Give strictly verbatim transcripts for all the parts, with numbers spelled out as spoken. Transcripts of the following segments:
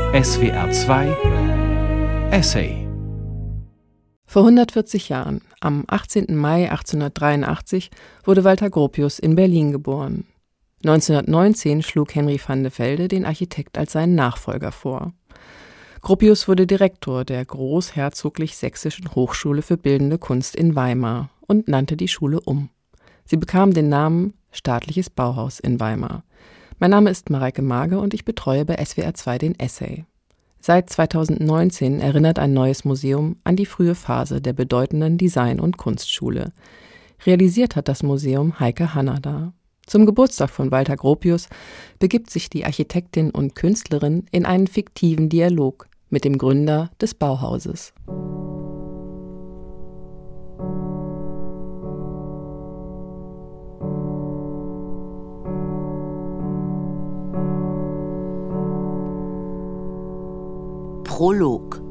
S W R zwei Essay. Vor hundertvierzig Jahren, am achtzehnten Mai achtzehnhundertdreiundachtzig, wurde Walter Gropius in Berlin geboren. neunzehnhundertneunzehn schlug Henry van de Velde den Architekt als seinen Nachfolger vor. Gropius wurde Direktor der Großherzoglich-Sächsischen Hochschule für Bildende Kunst in Weimar und nannte die Schule um. Sie bekam den Namen Staatliches Bauhaus in Weimar. Mein Name ist Mareike Mage und ich betreue bei S W R zwei den Essay. Seit zweitausendneunzehn erinnert ein neues Museum an die frühe Phase der bedeutenden Design- und Kunstschule. Realisiert hat das Museum Heike Hanada. Zum Geburtstag von Walter Gropius begibt sich die Architektin und Künstlerin in einen fiktiven Dialog mit dem Gründer des Bauhauses. Prolog.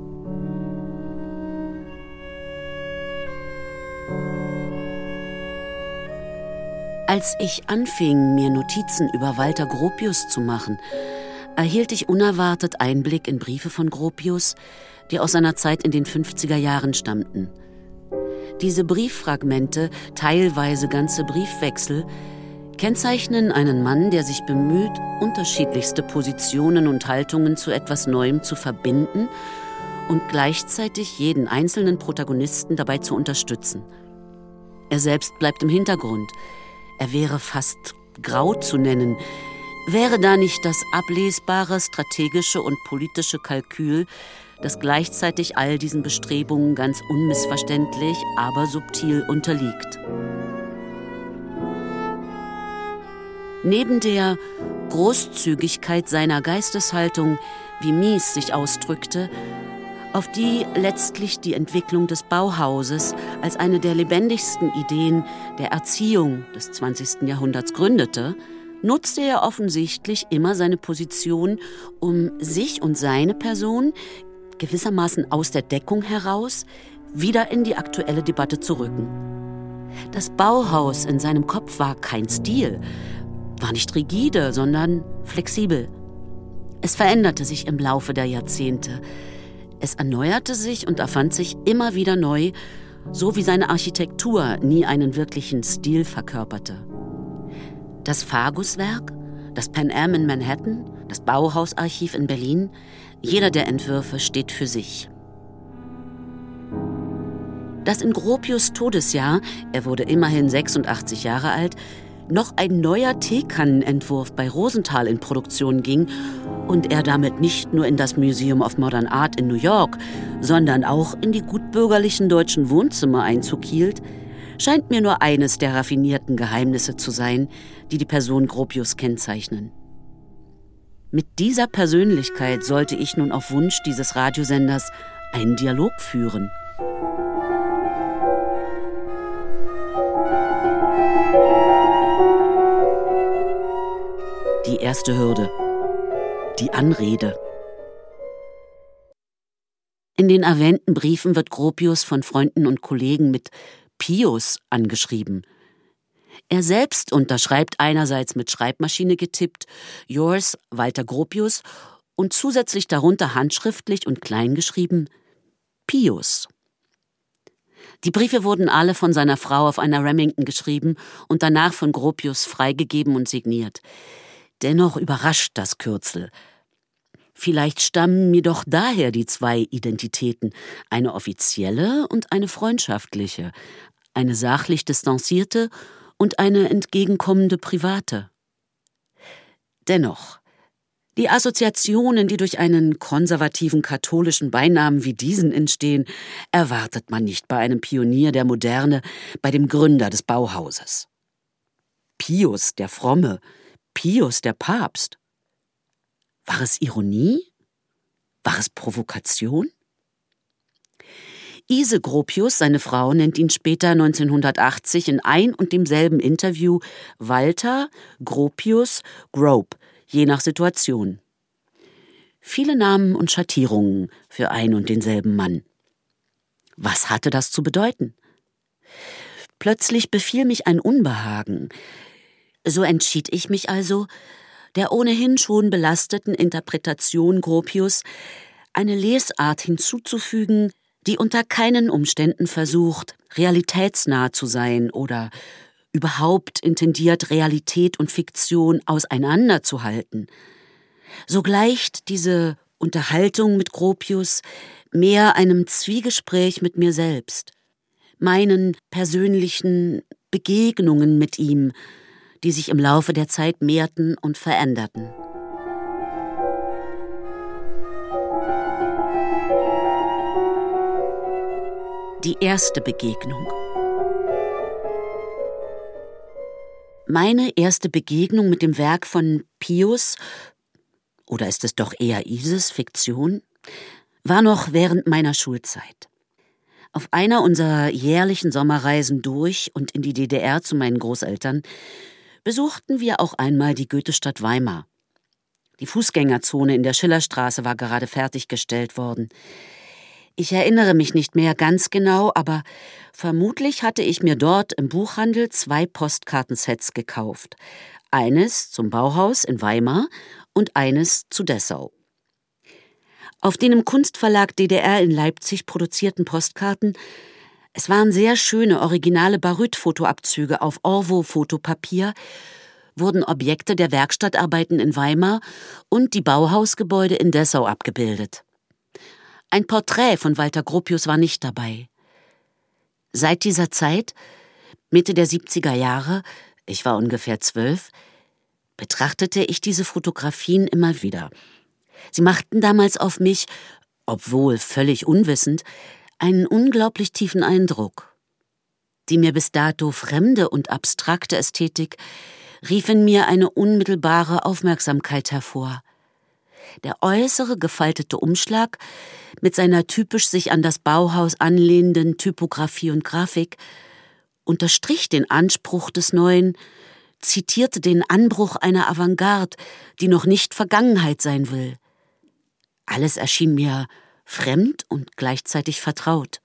Als ich anfing, mir Notizen über Walter Gropius zu machen, erhielt ich unerwartet Einblick in Briefe von Gropius, die aus seiner Zeit in den fünfziger Jahren stammten. Diese Brieffragmente, teilweise ganze Briefwechsel, kennzeichnen einen Mann, der sich bemüht, unterschiedlichste Positionen und Haltungen zu etwas Neuem zu verbinden und gleichzeitig jeden einzelnen Protagonisten dabei zu unterstützen. Er selbst bleibt im Hintergrund. Er wäre fast grau zu nennen, wäre da nicht das ablesbare strategische und politische Kalkül, das gleichzeitig all diesen Bestrebungen ganz unmissverständlich, aber subtil unterliegt. Neben der Großzügigkeit seiner Geisteshaltung, wie Mies sich ausdrückte, auf die letztlich die Entwicklung des Bauhauses als eine der lebendigsten Ideen der Erziehung des zwanzigsten Jahrhunderts gründete, nutzte er offensichtlich immer seine Position, um sich und seine Person gewissermaßen aus der Deckung heraus wieder in die aktuelle Debatte zu rücken. Das Bauhaus in seinem Kopf war kein Stil, war nicht rigide, sondern flexibel. Es veränderte sich im Laufe der Jahrzehnte. Es erneuerte sich und erfand sich immer wieder neu, so wie seine Architektur nie einen wirklichen Stil verkörperte. Das Fagus-Werk, das Pan Am in Manhattan, das Bauhausarchiv in Berlin, jeder der Entwürfe steht für sich. Dass in Gropius' Todesjahr, er wurde immerhin sechsundachtzig Jahre alt, noch ein neuer Teekannenentwurf bei Rosenthal in Produktion ging und er damit nicht nur in das Museum of Modern Art in New York, sondern auch in die gutbürgerlichen deutschen Wohnzimmer Einzug hielt, scheint mir nur eines der raffinierten Geheimnisse zu sein, die die Person Gropius kennzeichnen. Mit dieser Persönlichkeit sollte ich nun auf Wunsch dieses Radiosenders einen Dialog führen. Die erste Hürde. Die Anrede. In den erwähnten Briefen wird Gropius von Freunden und Kollegen mit Pius angeschrieben. Er selbst unterschreibt einerseits mit Schreibmaschine getippt Yours Walter Gropius und zusätzlich darunter handschriftlich und klein geschrieben Pius. Die Briefe wurden alle von seiner Frau auf einer Remington geschrieben und danach von Gropius freigegeben und signiert. Dennoch überrascht das Kürzel. Vielleicht stammen mir doch daher die zwei Identitäten, eine offizielle und eine freundschaftliche, eine sachlich distanzierte und eine entgegenkommende private. Dennoch, die Assoziationen, die durch einen konservativen katholischen Beinamen wie diesen entstehen, erwartet man nicht bei einem Pionier der Moderne, bei dem Gründer des Bauhauses. Pius, der Fromme, Pius, der Papst. War es Ironie? War es Provokation? Ise Gropius, seine Frau, nennt ihn später neunzehnhundertachtzig in ein und demselben Interview Walter, Gropius, Grope, je nach Situation. Viele Namen und Schattierungen für ein und denselben Mann. Was hatte das zu bedeuten? Plötzlich befiel mich ein Unbehagen. So entschied ich mich also, der ohnehin schon belasteten Interpretation Gropius eine Lesart hinzuzufügen, die unter keinen Umständen versucht, realitätsnah zu sein oder überhaupt intendiert, Realität und Fiktion auseinanderzuhalten. So gleicht diese Unterhaltung mit Gropius mehr einem Zwiegespräch mit mir selbst, meinen persönlichen Begegnungen mit ihm, die sich im Laufe der Zeit mehrten und veränderten. Die erste Begegnung. Meine erste Begegnung mit dem Werk von Pius, oder ist es doch eher Ises Fiktion, war noch während meiner Schulzeit. Auf einer unserer jährlichen Sommerreisen durch und in die D D R zu meinen Großeltern besuchten wir auch einmal die Goethestadt Weimar. Die Fußgängerzone in der Schillerstraße war gerade fertiggestellt worden. Ich erinnere mich nicht mehr ganz genau, aber vermutlich hatte ich mir dort im Buchhandel zwei Postkartensets gekauft. Eines zum Bauhaus in Weimar und eines zu Dessau. Auf den im Kunstverlag D D R in Leipzig produzierten Postkarten, es waren sehr schöne, originale Baryt-Fotoabzüge auf Orwo-Fotopapier, wurden Objekte der Werkstattarbeiten in Weimar und die Bauhausgebäude in Dessau abgebildet. Ein Porträt von Walter Gropius war nicht dabei. Seit dieser Zeit, Mitte der siebziger Jahre, ich war ungefähr zwölf, betrachtete ich diese Fotografien immer wieder. Sie machten damals auf mich, obwohl völlig unwissend, einen unglaublich tiefen Eindruck. Die mir bis dato fremde und abstrakte Ästhetik rief in mir eine unmittelbare Aufmerksamkeit hervor. Der äußere gefaltete Umschlag mit seiner typisch sich an das Bauhaus anlehnenden Typografie und Grafik unterstrich den Anspruch des Neuen, zitierte den Anbruch einer Avantgarde, die noch nicht Vergangenheit sein will. Alles erschien mir fremd und gleichzeitig vertraut.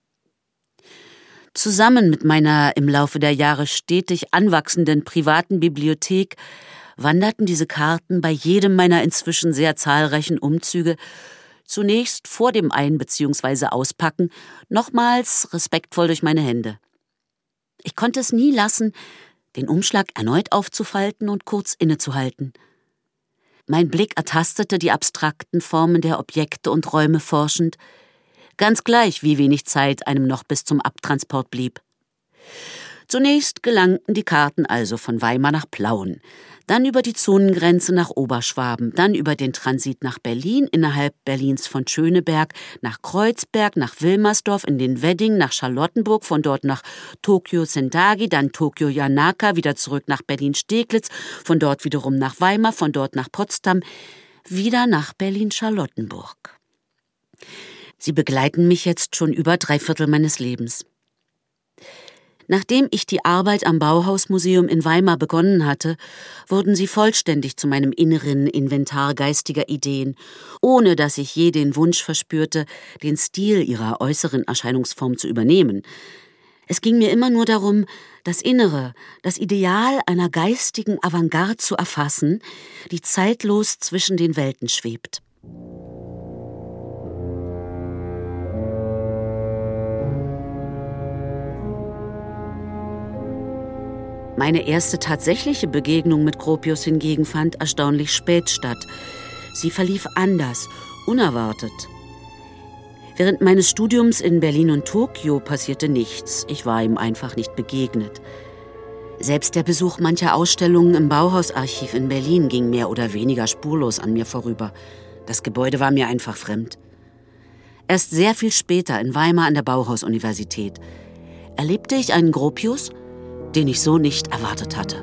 Zusammen mit meiner im Laufe der Jahre stetig anwachsenden privaten Bibliothek wanderten diese Karten bei jedem meiner inzwischen sehr zahlreichen Umzüge zunächst vor dem Ein- bzw. Auspacken nochmals respektvoll durch meine Hände. Ich konnte es nie lassen, den Umschlag erneut aufzufalten und kurz innezuhalten. Mein Blick ertastete die abstrakten Formen der Objekte und Räume forschend, ganz gleich, wie wenig Zeit einem noch bis zum Abtransport blieb. Zunächst gelangten die Karten also von Weimar nach Plauen, dann über die Zonengrenze nach Oberschwaben, dann über den Transit nach Berlin, innerhalb Berlins von Schöneberg, nach Kreuzberg, nach Wilmersdorf, in den Wedding, nach Charlottenburg, von dort nach Tokio-Sendagi, dann Tokio-Yanaka, wieder zurück nach Berlin-Steglitz, von dort wiederum nach Weimar, von dort nach Potsdam, wieder nach Berlin-Charlottenburg. Sie begleiten mich jetzt schon über drei Viertel meines Lebens. Nachdem ich die Arbeit am Bauhausmuseum in Weimar begonnen hatte, wurden sie vollständig zu meinem inneren Inventar geistiger Ideen, ohne dass ich je den Wunsch verspürte, den Stil ihrer äußeren Erscheinungsform zu übernehmen. Es ging mir immer nur darum, das Innere, das Ideal einer geistigen Avantgarde zu erfassen, die zeitlos zwischen den Welten schwebt. Meine erste tatsächliche Begegnung mit Gropius hingegen fand erstaunlich spät statt. Sie verlief anders, unerwartet. Während meines Studiums in Berlin und Tokio passierte nichts. Ich war ihm einfach nicht begegnet. Selbst der Besuch mancher Ausstellungen im Bauhausarchiv in Berlin ging mehr oder weniger spurlos an mir vorüber. Das Gebäude war mir einfach fremd. Erst sehr viel später in Weimar an der Bauhaus-Universität erlebte ich einen Gropius, den ich so nicht erwartet hatte.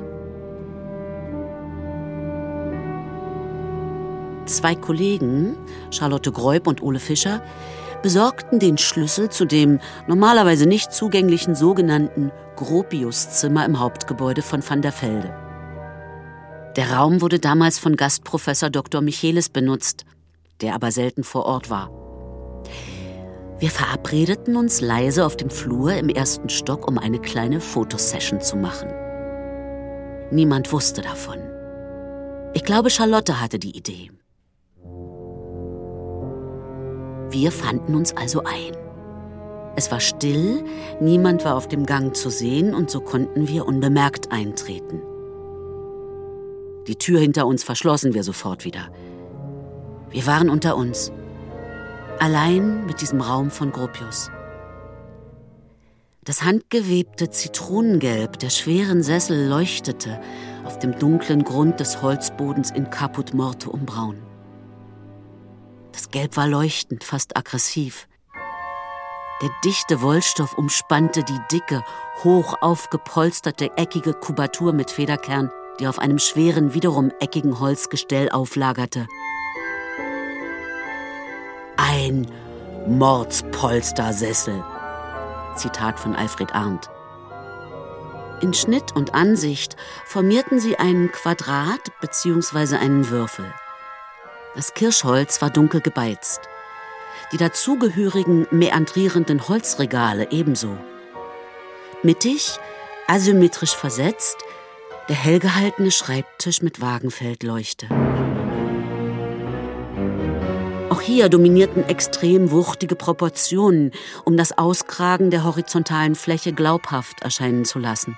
Zwei Kollegen, Charlotte Greup und Ole Fischer, besorgten den Schlüssel zu dem normalerweise nicht zugänglichen sogenannten Gropiuszimmer im Hauptgebäude von Van der Velde. Der Raum wurde damals von Gastprofessor Doktor Michelis benutzt, der aber selten vor Ort war. Wir verabredeten uns leise auf dem Flur im ersten Stock, um eine kleine Fotosession zu machen. Niemand wusste davon. Ich glaube, Charlotte hatte die Idee. Wir fanden uns also ein. Es war still, niemand war auf dem Gang zu sehen und so konnten wir unbemerkt eintreten. Die Tür hinter uns verschlossen wir sofort wieder. Wir waren unter uns, allein mit diesem Raum von Gropius. Das handgewebte Zitronengelb der schweren Sessel leuchtete auf dem dunklen Grund des Holzbodens in Caput Mortuum braun. Das Gelb war leuchtend, fast aggressiv. Der dichte Wollstoff umspannte die dicke, hoch aufgepolsterte, eckige Kubatur mit Federkern, die auf einem schweren, wiederum eckigen Holzgestell auflagerte. Ein Mordspolstersessel. Zitat von Alfred Arndt. In Schnitt und Ansicht formierten sie einen Quadrat bzw. einen Würfel. Das Kirschholz war dunkel gebeizt. Die dazugehörigen meandrierenden Holzregale ebenso. Mittig, asymmetrisch versetzt, der hell gehaltene Schreibtisch mit Wagenfeldleuchte. Auch hier dominierten extrem wuchtige Proportionen, um das Auskragen der horizontalen Fläche glaubhaft erscheinen zu lassen.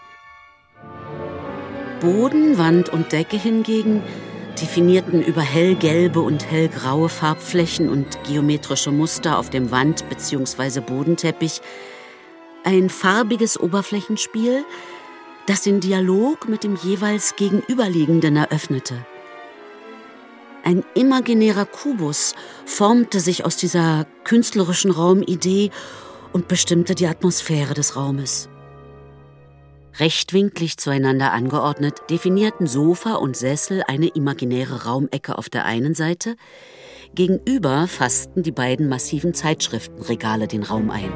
Boden, Wand und Decke hingegen definierten über hellgelbe und hellgraue Farbflächen und geometrische Muster auf dem Wand- bzw. Bodenteppich ein farbiges Oberflächenspiel, das den Dialog mit dem jeweils Gegenüberliegenden eröffnete. Ein imaginärer Kubus formte sich aus dieser künstlerischen Raumidee und bestimmte die Atmosphäre des Raumes. Rechtwinklig zueinander angeordnet, definierten Sofa und Sessel eine imaginäre Raumecke auf der einen Seite, gegenüber fassten die beiden massiven Zeitschriftenregale den Raum ein.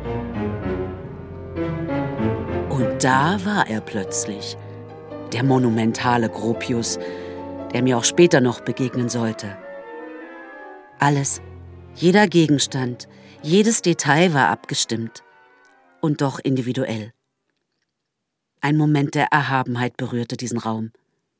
Und da war er plötzlich, der monumentale Gropius, der mir auch später noch begegnen sollte. Alles, jeder Gegenstand, jedes Detail war abgestimmt und doch individuell. Ein Moment der Erhabenheit berührte diesen Raum.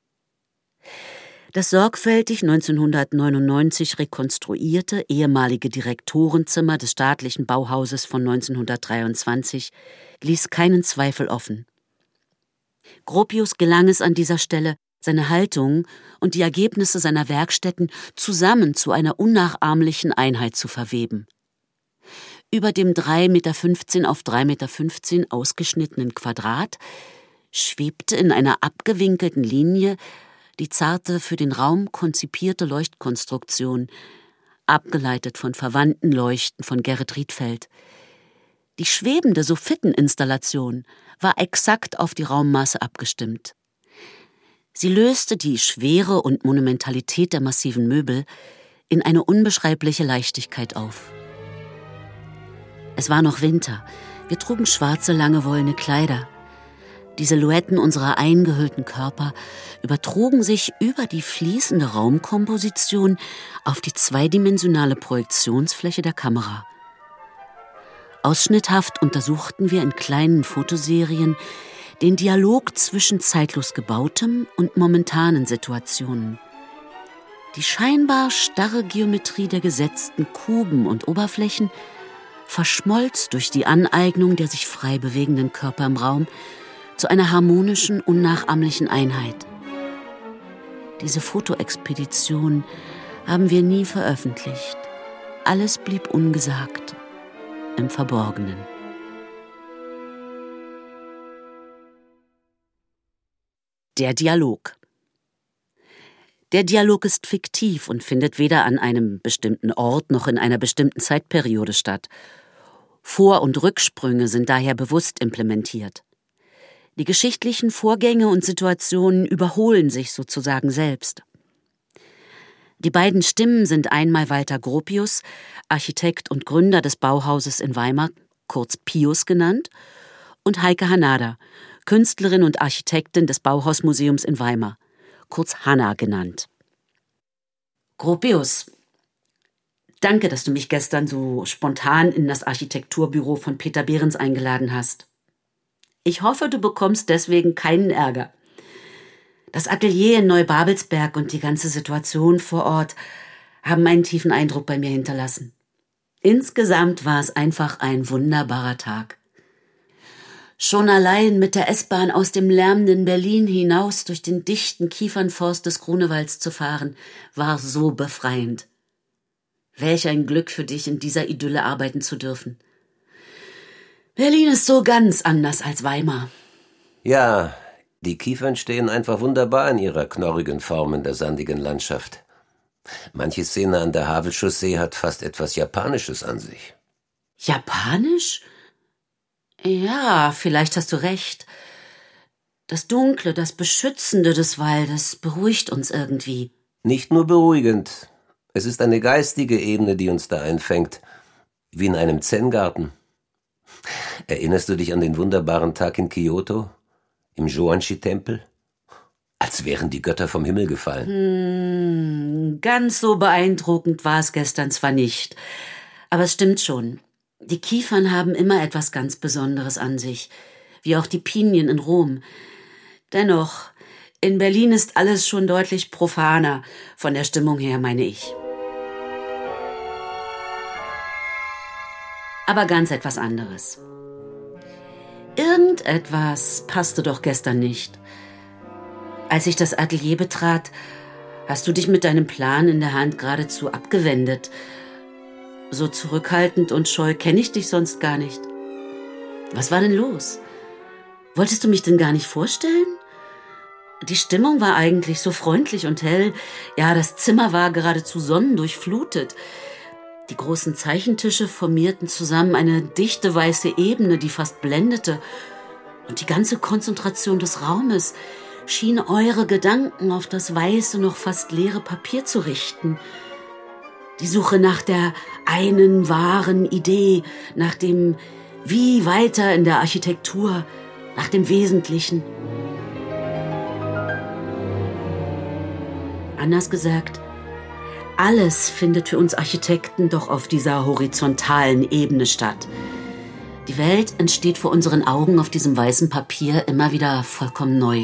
Das sorgfältig neunzehnhundertneunundneunzig rekonstruierte ehemalige Direktorenzimmer des staatlichen Bauhauses von neunzehnhundertdreiundzwanzig ließ keinen Zweifel offen. Gropius gelang es an dieser Stelle, seine Haltung und die Ergebnisse seiner Werkstätten zusammen zu einer unnachahmlichen Einheit zu verweben. Über dem drei Meter fünfzehn auf drei Meter fünfzehn ausgeschnittenen Quadrat schwebte in einer abgewinkelten Linie die zarte, für den Raum konzipierte Leuchtkonstruktion, abgeleitet von verwandten Leuchten von Gerrit Rietveld. Die schwebende Soffitteninstallation war exakt auf die Raummaße abgestimmt. Sie löste die Schwere und Monumentalität der massiven Möbel in eine unbeschreibliche Leichtigkeit auf. Es war noch Winter. Wir trugen schwarze, lange wollene Kleider. Die Silhouetten unserer eingehüllten Körper übertrugen sich über die fließende Raumkomposition auf die zweidimensionale Projektionsfläche der Kamera. Ausschnitthaft untersuchten wir in kleinen Fotoserien den Dialog zwischen zeitlos gebautem und momentanen Situationen. Die scheinbar starre Geometrie der gesetzten Kuben und Oberflächen verschmolz durch die Aneignung der sich frei bewegenden Körper im Raum zu einer harmonischen, unnachahmlichen Einheit. Diese Fotoexpedition haben wir nie veröffentlicht. Alles blieb ungesagt, im Verborgenen. Der Dialog. Der Dialog ist fiktiv und findet weder an einem bestimmten Ort noch in einer bestimmten Zeitperiode statt. Vor- und Rücksprünge sind daher bewusst implementiert. Die geschichtlichen Vorgänge und Situationen überholen sich sozusagen selbst. Die beiden Stimmen sind einmal Walter Gropius, Architekt und Gründer des Bauhauses in Weimar, kurz Pius genannt, und Heike Hanada, Künstlerin und Architektin des Bauhausmuseums in Weimar, kurz Hanna genannt. Gropius, danke, dass du mich gestern so spontan in das Architekturbüro von Peter Behrens eingeladen hast. Ich hoffe, du bekommst deswegen keinen Ärger. Das Atelier in Neubabelsberg und die ganze Situation vor Ort haben einen tiefen Eindruck bei mir hinterlassen. Insgesamt war es einfach ein wunderbarer Tag. Schon allein mit der S-Bahn aus dem lärmenden Berlin hinaus durch den dichten Kiefernforst des Grunewalds zu fahren, war so befreiend. Welch ein Glück für dich, in dieser Idylle arbeiten zu dürfen. Berlin ist so ganz anders als Weimar. Ja, die Kiefern stehen einfach wunderbar in ihrer knorrigen Form in der sandigen Landschaft. Manche Szene an der Havelchaussee hat fast etwas Japanisches an sich. Japanisch? Ja, vielleicht hast du recht. Das Dunkle, das Beschützende des Waldes beruhigt uns irgendwie. Nicht nur beruhigend. Es ist eine geistige Ebene, die uns da einfängt. Wie in einem Zen-Garten. Erinnerst du dich an den wunderbaren Tag in Kyoto? Im Joanshi-Tempel? Als wären die Götter vom Himmel gefallen. Hm, ganz so beeindruckend war es gestern zwar nicht. Aber es stimmt schon. Die Kiefern haben immer etwas ganz Besonderes an sich. Wie auch die Pinien in Rom. Dennoch, in Berlin ist alles schon deutlich profaner. Von der Stimmung her, meine ich. Aber ganz etwas anderes. Irgendetwas passte doch gestern nicht. Als ich das Atelier betrat, hast du dich mit deinem Plan in der Hand geradezu abgewendet. So zurückhaltend und scheu kenne ich dich sonst gar nicht. Was war denn los? Wolltest du mich denn gar nicht vorstellen? Die Stimmung war eigentlich so freundlich und hell. Ja, das Zimmer war geradezu sonnendurchflutet. Die großen Zeichentische formierten zusammen eine dichte weiße Ebene, die fast blendete. Und die ganze Konzentration des Raumes schien eure Gedanken auf das weiße, noch fast leere Papier zu richten. Die Suche nach der einen wahren Idee, nach dem Wie weiter in der Architektur, nach dem Wesentlichen. Anders gesagt, alles findet für uns Architekten doch auf dieser horizontalen Ebene statt. Die Welt entsteht vor unseren Augen auf diesem weißen Papier immer wieder vollkommen neu.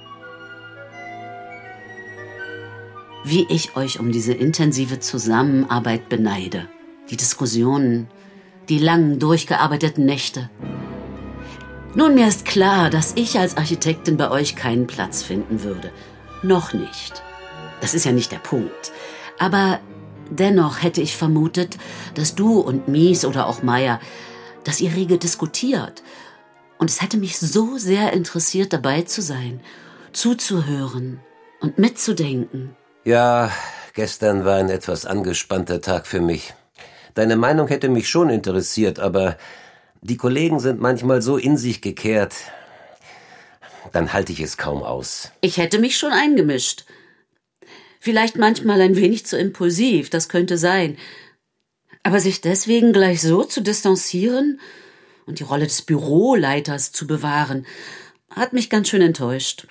Wie ich euch um diese intensive Zusammenarbeit beneide. Die Diskussionen, die langen, durchgearbeiteten Nächte. Nun, mir ist klar, dass ich als Architektin bei euch keinen Platz finden würde. Noch nicht. Das ist ja nicht der Punkt. Aber dennoch hätte ich vermutet, dass du und Mies oder auch Meier, dass ihr rege diskutiert. Und es hätte mich so sehr interessiert, dabei zu sein, zuzuhören und mitzudenken. Ja, gestern war ein etwas angespannter Tag für mich. Deine Meinung hätte mich schon interessiert, aber die Kollegen sind manchmal so in sich gekehrt. Dann halte ich es kaum aus. Ich hätte mich schon eingemischt. Vielleicht manchmal ein wenig zu impulsiv, das könnte sein. Aber sich deswegen gleich so zu distanzieren und die Rolle des Büroleiters zu bewahren, hat mich ganz schön enttäuscht.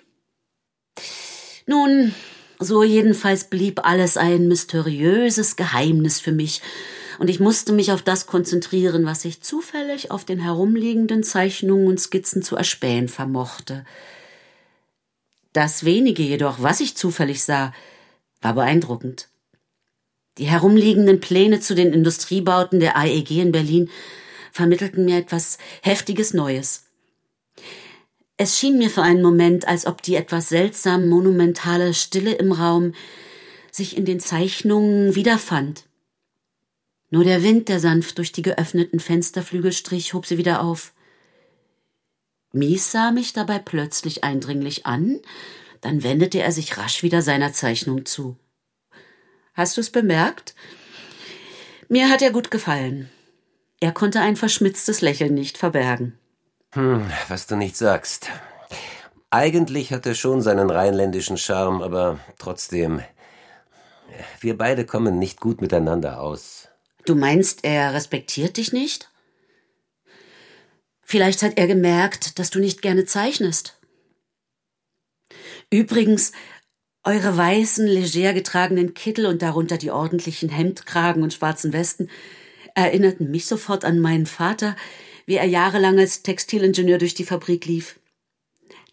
Nun, so jedenfalls blieb alles ein mysteriöses Geheimnis für mich, und ich musste mich auf das konzentrieren, was ich zufällig auf den herumliegenden Zeichnungen und Skizzen zu erspähen vermochte. Das wenige jedoch, was ich zufällig sah, war beeindruckend. Die herumliegenden Pläne zu den Industriebauten der A E G in Berlin vermittelten mir etwas Heftiges Neues. Es schien mir für einen Moment, als ob die etwas seltsam monumentale Stille im Raum sich in den Zeichnungen wiederfand. Nur der Wind, der sanft durch die geöffneten Fensterflügel strich, hob sie wieder auf. Mies sah mich dabei plötzlich eindringlich an, dann wendete er sich rasch wieder seiner Zeichnung zu. Hast du's bemerkt? Mir hat er gut gefallen. Er konnte ein verschmitztes Lächeln nicht verbergen. Hm, was du nicht sagst. Eigentlich hat er schon seinen rheinländischen Charme, aber trotzdem, wir beide kommen nicht gut miteinander aus. Du meinst, er respektiert dich nicht? Vielleicht hat er gemerkt, dass du nicht gerne zeichnest. Übrigens, eure weißen, leger getragenen Kittel und darunter die ordentlichen Hemdkragen und schwarzen Westen erinnerten mich sofort an meinen Vater, wie er jahrelang als Textilingenieur durch die Fabrik lief.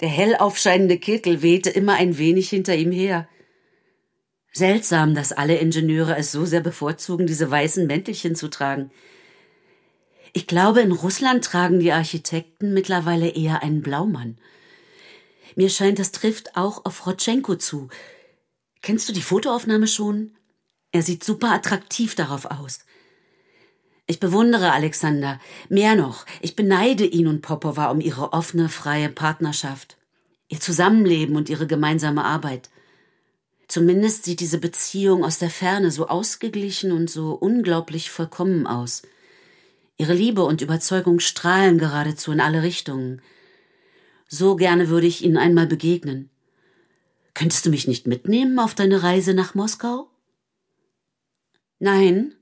Der hell aufscheinende Kittel wehte immer ein wenig hinter ihm her. Seltsam, dass alle Ingenieure es so sehr bevorzugen, diese weißen Mäntelchen zu tragen. Ich glaube, in Russland tragen die Architekten mittlerweile eher einen Blaumann. Mir scheint, das trifft auch auf Rodtschenko zu. Kennst du die Fotoaufnahme schon? Er sieht super attraktiv darauf aus. Ich bewundere Alexander. Mehr noch, ich beneide ihn und Popowa um ihre offene, freie Partnerschaft, ihr Zusammenleben und ihre gemeinsame Arbeit. Zumindest sieht diese Beziehung aus der Ferne so ausgeglichen und so unglaublich vollkommen aus. Ihre Liebe und Überzeugung strahlen geradezu in alle Richtungen. So gerne würde ich ihnen einmal begegnen. Könntest du mich nicht mitnehmen auf deine Reise nach Moskau? Nein.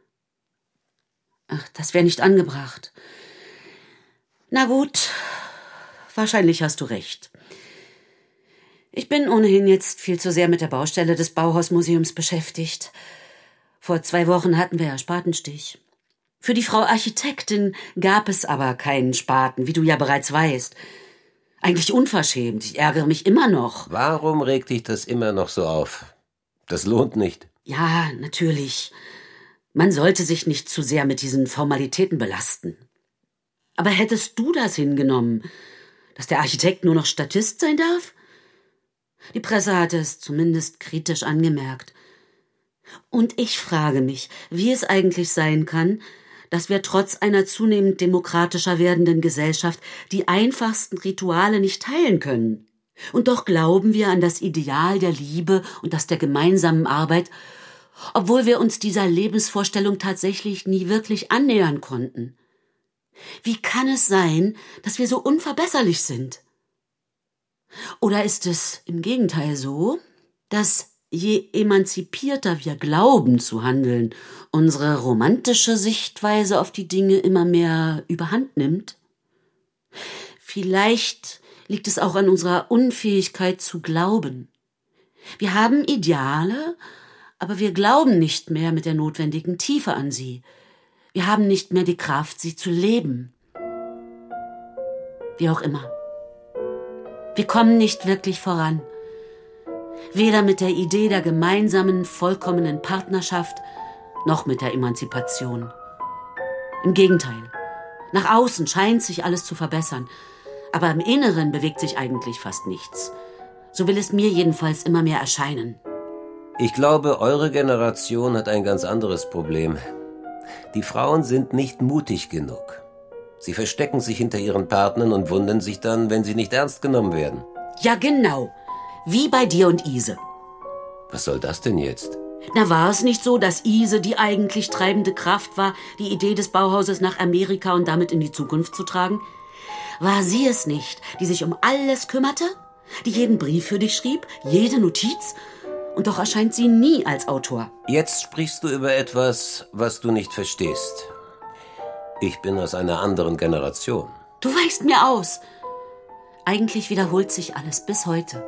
Ach, das wäre nicht angebracht. Na gut, wahrscheinlich hast du recht. Ich bin ohnehin jetzt viel zu sehr mit der Baustelle des Bauhausmuseums beschäftigt. Vor zwei Wochen hatten wir ja Spatenstich. Für die Frau Architektin gab es aber keinen Spaten, wie du ja bereits weißt. Eigentlich unverschämt, ich ärgere mich immer noch. Warum regt dich das immer noch so auf? Das lohnt nicht. Ja, natürlich. Man sollte sich nicht zu sehr mit diesen Formalitäten belasten. Aber hättest du das hingenommen, dass der Architekt nur noch Statist sein darf? Die Presse hatte es zumindest kritisch angemerkt. Und ich frage mich, wie es eigentlich sein kann, dass wir trotz einer zunehmend demokratischer werdenden Gesellschaft die einfachsten Rituale nicht teilen können. Und doch glauben wir an das Ideal der Liebe und das der gemeinsamen Arbeit, obwohl wir uns dieser Lebensvorstellung tatsächlich nie wirklich annähern konnten. Wie kann es sein, dass wir so unverbesserlich sind? Oder ist es im Gegenteil so, dass je emanzipierter wir glauben zu handeln, unsere romantische Sichtweise auf die Dinge immer mehr überhand nimmt? Vielleicht liegt es auch an unserer Unfähigkeit zu glauben. Wir haben Ideale, aber wir glauben nicht mehr mit der notwendigen Tiefe an sie. Wir haben nicht mehr die Kraft, sie zu leben. Wie auch immer. Wir kommen nicht wirklich voran. Weder mit der Idee der gemeinsamen, vollkommenen Partnerschaft, noch mit der Emanzipation. Im Gegenteil. Nach außen scheint sich alles zu verbessern, aber im Inneren bewegt sich eigentlich fast nichts. So will es mir jedenfalls immer mehr erscheinen. Ich glaube, eure Generation hat ein ganz anderes Problem. Die Frauen sind nicht mutig genug. Sie verstecken sich hinter ihren Partnern und wundern sich dann, wenn sie nicht ernst genommen werden. Ja, genau. Wie bei dir und Ise. Was soll das denn jetzt? Na, war es nicht so, dass Ise die eigentlich treibende Kraft war, die Idee des Bauhauses nach Amerika und damit in die Zukunft zu tragen? War sie es nicht, die sich um alles kümmerte? Die jeden Brief für dich schrieb? Jede Notiz? Und doch erscheint sie nie als Autor. Jetzt sprichst du über etwas, was du nicht verstehst. Ich bin aus einer anderen Generation. Du weichst mir aus. Eigentlich wiederholt sich alles bis heute.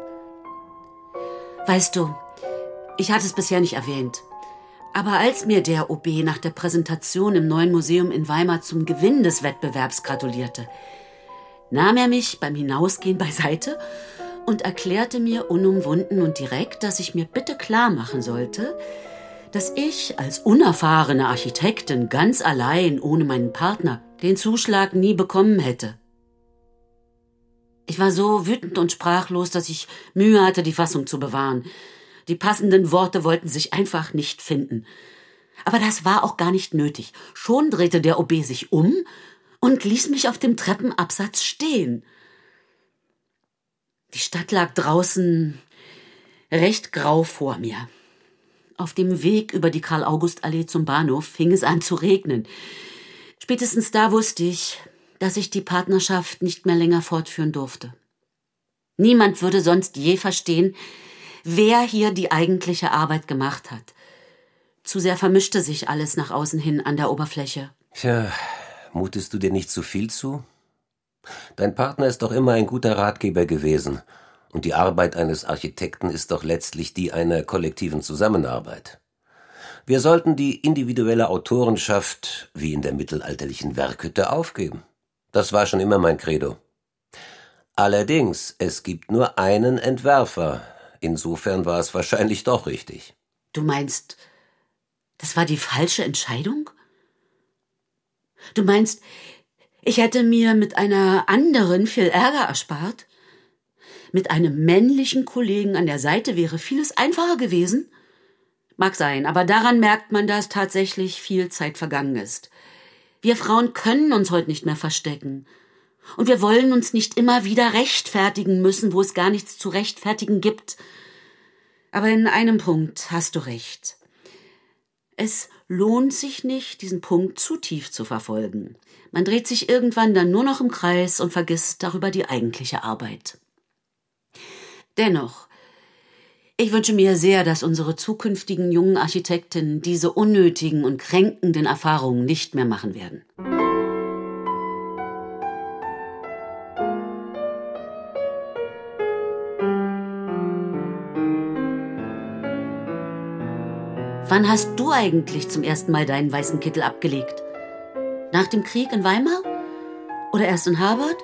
Weißt du, ich hatte es bisher nicht erwähnt, aber als mir der O B nach der Präsentation im neuen Museum in Weimar zum Gewinn des Wettbewerbs gratulierte, nahm er mich beim Hinausgehen beiseite und erklärte mir unumwunden und direkt, dass ich mir bitte klar machen sollte, dass ich als unerfahrene Architektin ganz allein ohne meinen Partner den Zuschlag nie bekommen hätte. Ich war so wütend und sprachlos, dass ich Mühe hatte, die Fassung zu bewahren. Die passenden Worte wollten sich einfach nicht finden. Aber das war auch gar nicht nötig. Schon drehte der O B sich um und ließ mich auf dem Treppenabsatz stehen. Die Stadt lag draußen recht grau vor mir. Auf dem Weg über die Karl-August-Allee zum Bahnhof fing es an zu regnen. Spätestens da wusste ich, dass ich die Partnerschaft nicht mehr länger fortführen durfte. Niemand würde sonst je verstehen, wer hier die eigentliche Arbeit gemacht hat. Zu sehr vermischte sich alles nach außen hin an der Oberfläche. Tja, mutest du dir nicht zu viel zu? Dein Partner ist doch immer ein guter Ratgeber gewesen. Und die Arbeit eines Architekten ist doch letztlich die einer kollektiven Zusammenarbeit. Wir sollten die individuelle Autorenschaft, wie in der mittelalterlichen Werkhütte, aufgeben. Das war schon immer mein Credo. Allerdings, es gibt nur einen Entwerfer. Insofern war es wahrscheinlich doch richtig. Du meinst, das war die falsche Entscheidung? Du meinst, ich hätte mir mit einer anderen viel Ärger erspart? Mit einem männlichen Kollegen an der Seite wäre vieles einfacher gewesen? Mag sein, aber daran merkt man, dass tatsächlich viel Zeit vergangen ist. Wir Frauen können uns heute nicht mehr verstecken. Und wir wollen uns nicht immer wieder rechtfertigen müssen, wo es gar nichts zu rechtfertigen gibt. Aber in einem Punkt hast du recht. Es lohnt sich nicht, diesen Punkt zu tief zu verfolgen. Man dreht sich irgendwann dann nur noch im Kreis und vergisst darüber die eigentliche Arbeit. Dennoch, ich wünsche mir sehr, dass unsere zukünftigen jungen Architekten diese unnötigen und kränkenden Erfahrungen nicht mehr machen werden. Wann hast du eigentlich zum ersten Mal deinen weißen Kittel abgelegt? Nach dem Krieg in Weimar? Oder erst in Harvard?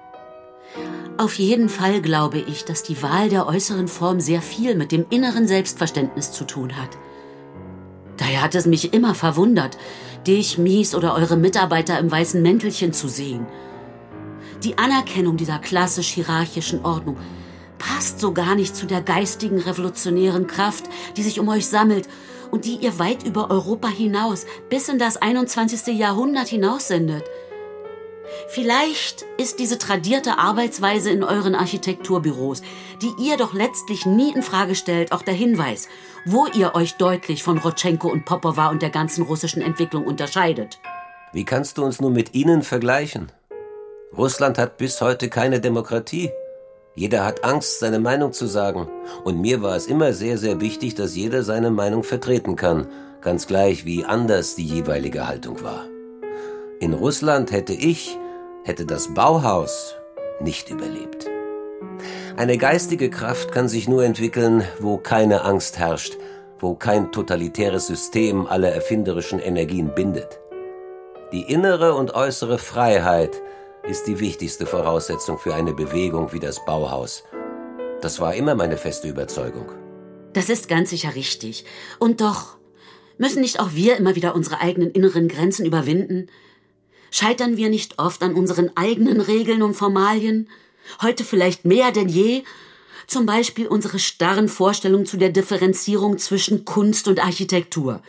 Auf jeden Fall glaube ich, dass die Wahl der äußeren Form sehr viel mit dem inneren Selbstverständnis zu tun hat. Daher hat es mich immer verwundert, dich, Mies oder eure Mitarbeiter im weißen Mäntelchen zu sehen. Die Anerkennung dieser klassisch-hierarchischen Ordnung passt so gar nicht zu der geistigen, revolutionären Kraft, die sich um euch sammelt und die ihr weit über Europa hinaus, bis in das einundzwanzigste Jahrhundert hinaussendet. Vielleicht ist diese tradierte Arbeitsweise in euren Architekturbüros, die ihr doch letztlich nie in Frage stellt, auch der Hinweis, wo ihr euch deutlich von Rodchenko und Popowa und der ganzen russischen Entwicklung unterscheidet. Wie kannst du uns nur mit ihnen vergleichen? Russland hat bis heute keine Demokratie. Jeder hat Angst, seine Meinung zu sagen. Und mir war es immer sehr, sehr wichtig, dass jeder seine Meinung vertreten kann, ganz gleich wie anders die jeweilige Haltung war. In Russland hätte ich, hätte das Bauhaus nicht überlebt. Eine geistige Kraft kann sich nur entwickeln, wo keine Angst herrscht, wo kein totalitäres System alle erfinderischen Energien bindet. Die innere und äußere Freiheit ist die wichtigste Voraussetzung für eine Bewegung wie das Bauhaus. Das war immer meine feste Überzeugung. Das ist ganz sicher richtig. Und doch müssen nicht auch wir immer wieder unsere eigenen inneren Grenzen überwinden? Scheitern wir nicht oft an unseren eigenen Regeln und Formalien? Heute vielleicht mehr denn je? Zum Beispiel unsere starren Vorstellungen zu der Differenzierung zwischen Kunst und Architektur.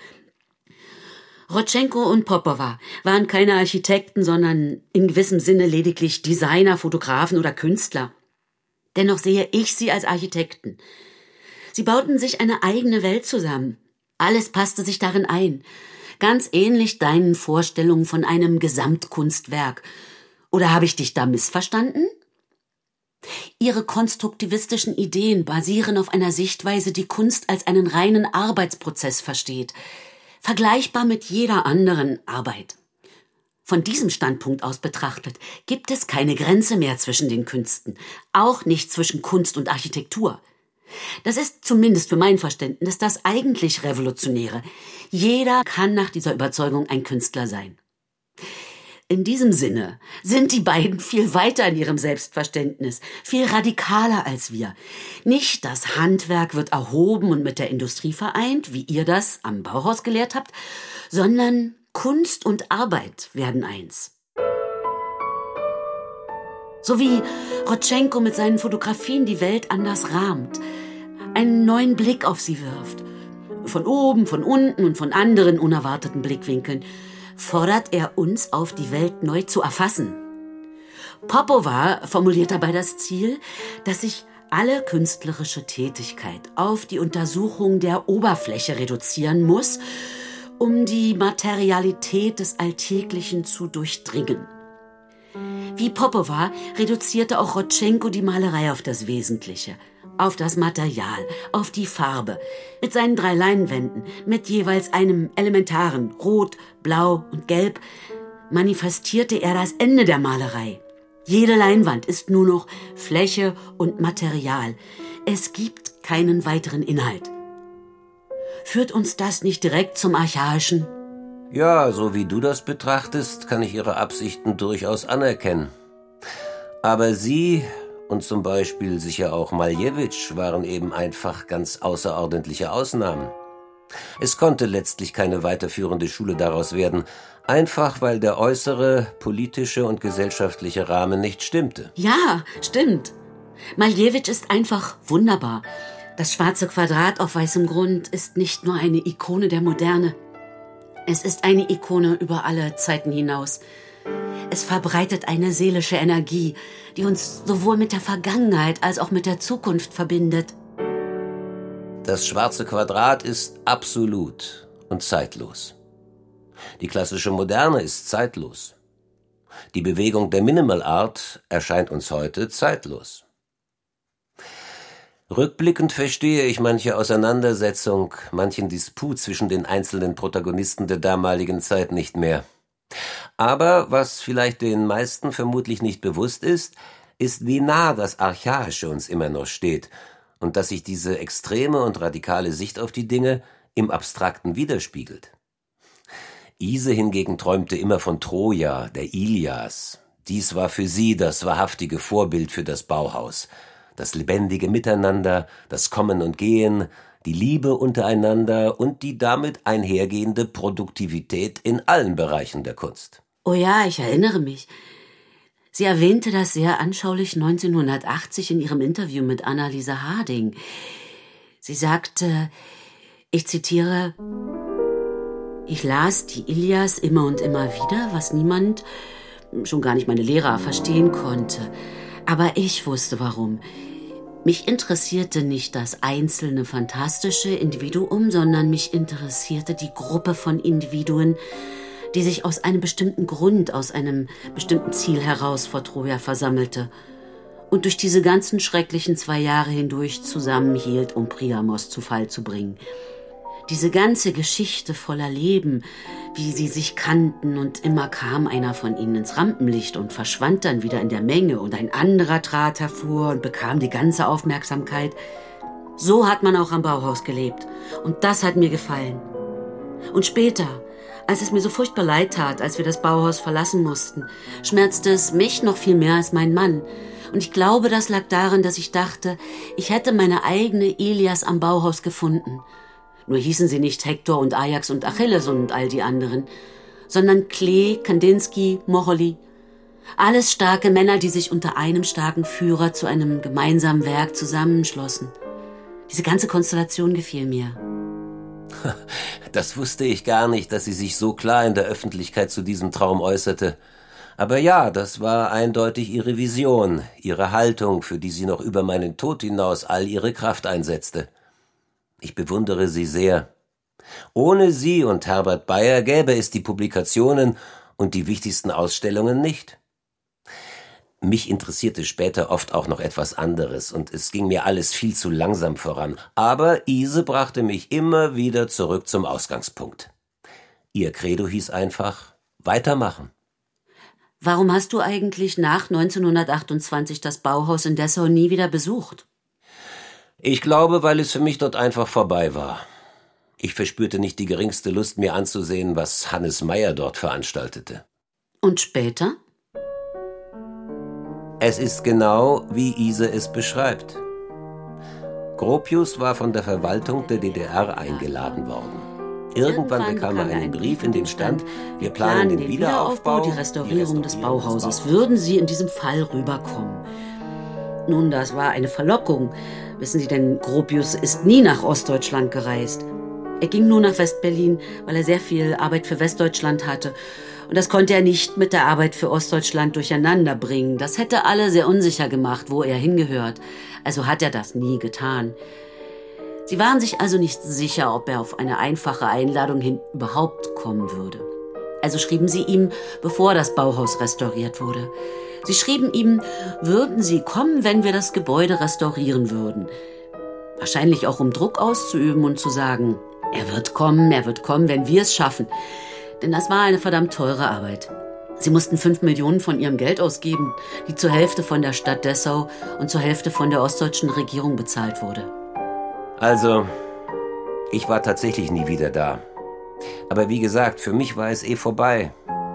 Rodchenko und Popowa waren keine Architekten, sondern in gewissem Sinne lediglich Designer, Fotografen oder Künstler. Dennoch sehe ich sie als Architekten. Sie bauten sich eine eigene Welt zusammen. Alles passte sich darin ein. Ganz ähnlich deinen Vorstellungen von einem Gesamtkunstwerk. Oder habe ich dich da missverstanden? Ihre konstruktivistischen Ideen basieren auf einer Sichtweise, die Kunst als einen reinen Arbeitsprozess versteht, vergleichbar mit jeder anderen Arbeit. Von diesem Standpunkt aus betrachtet gibt es keine Grenze mehr zwischen den Künsten, auch nicht zwischen Kunst und Architektur. Das ist zumindest für mein Verständnis das eigentlich Revolutionäre. Jeder kann nach dieser Überzeugung ein Künstler sein. In diesem Sinne sind die beiden viel weiter in ihrem Selbstverständnis, viel radikaler als wir. Nicht das Handwerk wird erhoben und mit der Industrie vereint, wie ihr das am Bauhaus gelehrt habt, sondern Kunst und Arbeit werden eins. So wie Rodchenko mit seinen Fotografien die Welt anders rahmt, einen neuen Blick auf sie wirft. Von oben, von unten und von anderen unerwarteten Blickwinkeln fordert er uns auf, die Welt neu zu erfassen. Popowa formuliert dabei das Ziel, dass sich alle künstlerische Tätigkeit auf die Untersuchung der Oberfläche reduzieren muss, um die Materialität des Alltäglichen zu durchdringen. Wie Popowa reduzierte auch Rodchenko die Malerei auf das Wesentliche, auf das Material, auf die Farbe, mit seinen drei Leinwänden, mit jeweils einem elementaren Rot, Blau und Gelb, manifestierte er das Ende der Malerei. Jede Leinwand ist nur noch Fläche und Material. Es gibt keinen weiteren Inhalt. Führt uns das nicht direkt zum Archaischen? Ja, so wie du das betrachtest, kann ich ihre Absichten durchaus anerkennen. Aber sie und zum Beispiel sicher auch Malevich waren eben einfach ganz außerordentliche Ausnahmen. Es konnte letztlich keine weiterführende Schule daraus werden, einfach weil der äußere politische und gesellschaftliche Rahmen nicht stimmte. Ja, stimmt. Malevich ist einfach wunderbar. Das schwarze Quadrat auf weißem Grund ist nicht nur eine Ikone der Moderne. Es ist eine Ikone über alle Zeiten hinaus. Es verbreitet eine seelische Energie, die uns sowohl mit der Vergangenheit als auch mit der Zukunft verbindet. Das schwarze Quadrat ist absolut und zeitlos. Die klassische Moderne ist zeitlos. Die Bewegung der Minimal Art erscheint uns heute zeitlos. Rückblickend verstehe ich manche Auseinandersetzung, manchen Disput zwischen den einzelnen Protagonisten der damaligen Zeit nicht mehr. Aber was vielleicht den meisten vermutlich nicht bewusst ist, ist, wie nah das Archaische uns immer noch steht und dass sich diese extreme und radikale Sicht auf die Dinge im Abstrakten widerspiegelt. Ise hingegen träumte immer von Troja, der Ilias. Dies war für sie das wahrhaftige Vorbild für das Bauhaus. Das lebendige Miteinander, das Kommen und Gehen, die Liebe untereinander und die damit einhergehende Produktivität in allen Bereichen der Kunst. Oh ja, ich erinnere mich. Sie erwähnte das sehr anschaulich neunzehnhundertachtzig in ihrem Interview mit Annalisa Harding. Sie sagte, ich zitiere, ich las die Ilias immer und immer wieder, was niemand, schon gar nicht meine Lehrer, verstehen konnte. Aber ich wusste warum. Mich interessierte nicht das einzelne fantastische Individuum, sondern mich interessierte die Gruppe von Individuen, die sich aus einem bestimmten Grund, aus einem bestimmten Ziel heraus vor Troja versammelte und durch diese ganzen schrecklichen zwei Jahre hindurch zusammenhielt, um Priamos zu Fall zu bringen. Diese ganze Geschichte voller Leben, wie sie sich kannten, und immer kam einer von ihnen ins Rampenlicht und verschwand dann wieder in der Menge und ein anderer trat hervor und bekam die ganze Aufmerksamkeit. So hat man auch am Bauhaus gelebt und das hat mir gefallen. Und später, als es mir so furchtbar leid tat, als wir das Bauhaus verlassen mussten, schmerzte es mich noch viel mehr als mein Mann. Und ich glaube, das lag daran, dass ich dachte, ich hätte meine eigene Ilias am Bauhaus gefunden. Nur hießen sie nicht Hektor und Ajax und Achilles und all die anderen, sondern Klee, Kandinsky, Moholy. Alles starke Männer, die sich unter einem starken Führer zu einem gemeinsamen Werk zusammenschlossen. Diese ganze Konstellation gefiel mir. Das wusste ich gar nicht, dass sie sich so klar in der Öffentlichkeit zu diesem Traum äußerte. Aber ja, das war eindeutig ihre Vision, ihre Haltung, für die sie noch über meinen Tod hinaus all ihre Kraft einsetzte. Ich bewundere sie sehr. Ohne sie und Herbert Bayer gäbe es die Publikationen und die wichtigsten Ausstellungen nicht. Mich interessierte später oft auch noch etwas anderes und es ging mir alles viel zu langsam voran. Aber Ise brachte mich immer wieder zurück zum Ausgangspunkt. Ihr Credo hieß einfach, weitermachen. Warum hast du eigentlich nach neunzehnhundertachtundzwanzig das Bauhaus in Dessau nie wieder besucht? Ich glaube, weil es für mich dort einfach vorbei war. Ich verspürte nicht die geringste Lust, mir anzusehen, was Hannes Meyer dort veranstaltete. Und später? Es ist genau, wie Ise es beschreibt. Gropius war von der Verwaltung der D D R eingeladen worden. Irgendwann bekam er einen Brief, in dem stand, wir planen den Wiederaufbau, die Restaurierung des Bauhauses. Würden Sie in diesem Fall rüberkommen? Nun, das war eine Verlockung. Wissen Sie denn, Gropius ist nie nach Ostdeutschland gereist. Er ging nur nach Westberlin, weil er sehr viel Arbeit für Westdeutschland hatte. Und das konnte er nicht mit der Arbeit für Ostdeutschland durcheinander bringen. Das hätte alle sehr unsicher gemacht, wo er hingehört. Also hat er das nie getan. Sie waren sich also nicht sicher, ob er auf eine einfache Einladung hin überhaupt kommen würde. Also schrieben sie ihm, bevor das Bauhaus restauriert wurde. Sie schrieben ihm, würden Sie kommen, wenn wir das Gebäude restaurieren würden. Wahrscheinlich auch, um Druck auszuüben und zu sagen, er wird kommen, er wird kommen, wenn wir es schaffen. Denn das war eine verdammt teure Arbeit. Sie mussten fünf Millionen von ihrem Geld ausgeben, die zur Hälfte von der Stadt Dessau und zur Hälfte von der ostdeutschen Regierung bezahlt wurde. Also, ich war tatsächlich nie wieder da. Aber wie gesagt, für mich war es eh vorbei.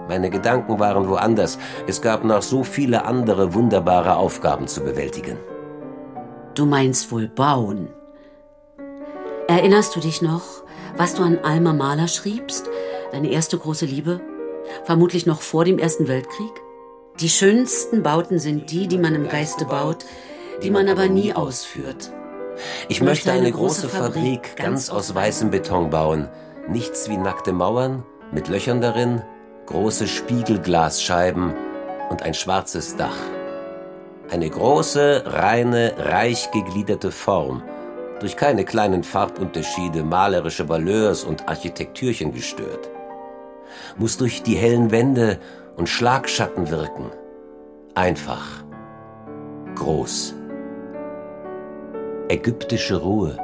Meine Gedanken waren woanders. Es gab noch so viele andere wunderbare Aufgaben zu bewältigen. Du meinst wohl bauen. Erinnerst du dich noch, was du an Alma Mahler schriebst? Deine erste große Liebe? Vermutlich noch vor dem Ersten Weltkrieg? Die schönsten Bauten sind die, die man im Geiste baut, die man aber nie ausführt. Ich möchte eine große Fabrik ganz aus weißem Beton bauen. Nichts wie nackte Mauern mit Löchern darin, große Spiegelglasscheiben und ein schwarzes Dach. Eine große, reine, reich gegliederte Form, durch keine kleinen Farbunterschiede, malerische Valeurs und Architektürchen gestört. Muss durch die hellen Wände und Schlagschatten wirken. Einfach. Groß. Ägyptische Ruhe.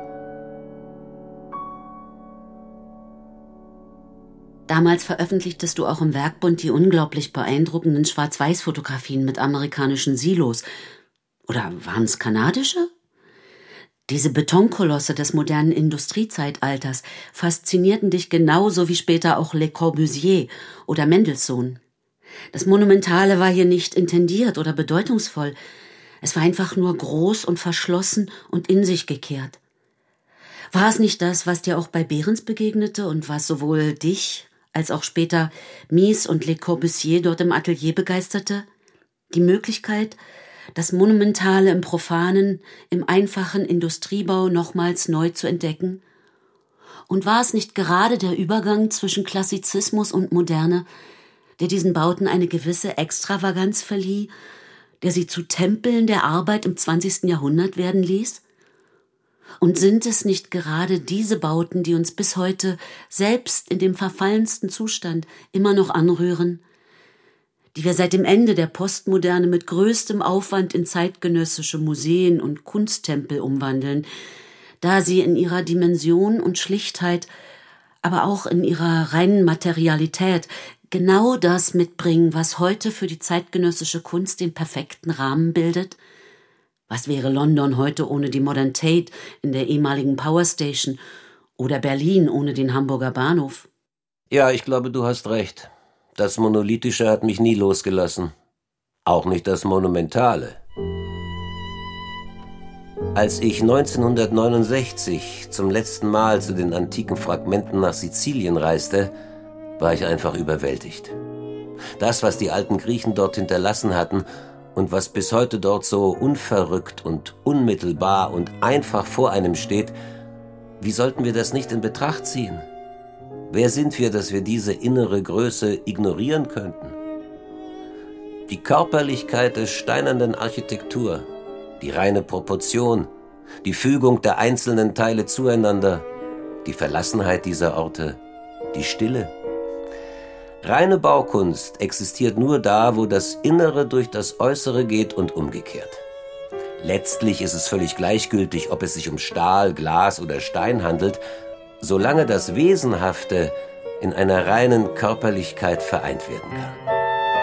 Damals veröffentlichtest du auch im Werkbund die unglaublich beeindruckenden Schwarz-Weiß-Fotografien mit amerikanischen Silos. Oder waren es kanadische? Diese Betonkolosse des modernen Industriezeitalters faszinierten dich genauso wie später auch Le Corbusier oder Mendelssohn. Das Monumentale war hier nicht intendiert oder bedeutungsvoll. Es war einfach nur groß und verschlossen und in sich gekehrt. War es nicht das, was dir auch bei Behrens begegnete und was sowohl dich als auch später Mies und Le Corbusier dort im Atelier begeisterte? Die Möglichkeit, das Monumentale im profanen, im einfachen Industriebau nochmals neu zu entdecken? Und war es nicht gerade der Übergang zwischen Klassizismus und Moderne, der diesen Bauten eine gewisse Extravaganz verlieh, der sie zu Tempeln der Arbeit im zwanzigsten Jahrhundert werden ließ? Und sind es nicht gerade diese Bauten, die uns bis heute, selbst in dem verfallensten Zustand, immer noch anrühren, die wir seit dem Ende der Postmoderne mit größtem Aufwand in zeitgenössische Museen und Kunsttempel umwandeln, da sie in ihrer Dimension und Schlichtheit, aber auch in ihrer reinen Materialität genau das mitbringen, was heute für die zeitgenössische Kunst den perfekten Rahmen bildet? Was wäre London heute ohne die Modern Tate in der ehemaligen Power Station oder Berlin ohne den Hamburger Bahnhof? Ja, ich glaube, du hast recht. Das Monolithische hat mich nie losgelassen. Auch nicht das Monumentale. Als ich neunzehnhundertneunundsechzig zum letzten Mal zu den antiken Fragmenten nach Sizilien reiste, war ich einfach überwältigt. Das, was die alten Griechen dort hinterlassen hatten und was bis heute dort so unverrückt und unmittelbar und einfach vor einem steht, wie sollten wir das nicht in Betracht ziehen? Wer sind wir, dass wir diese innere Größe ignorieren könnten? Die Körperlichkeit der steinernen Architektur, die reine Proportion, die Fügung der einzelnen Teile zueinander, die Verlassenheit dieser Orte, die Stille. Reine Baukunst existiert nur da, wo das Innere durch das Äußere geht und umgekehrt. Letztlich ist es völlig gleichgültig, ob es sich um Stahl, Glas oder Stein handelt, solange das Wesenhafte in einer reinen Körperlichkeit vereint werden kann.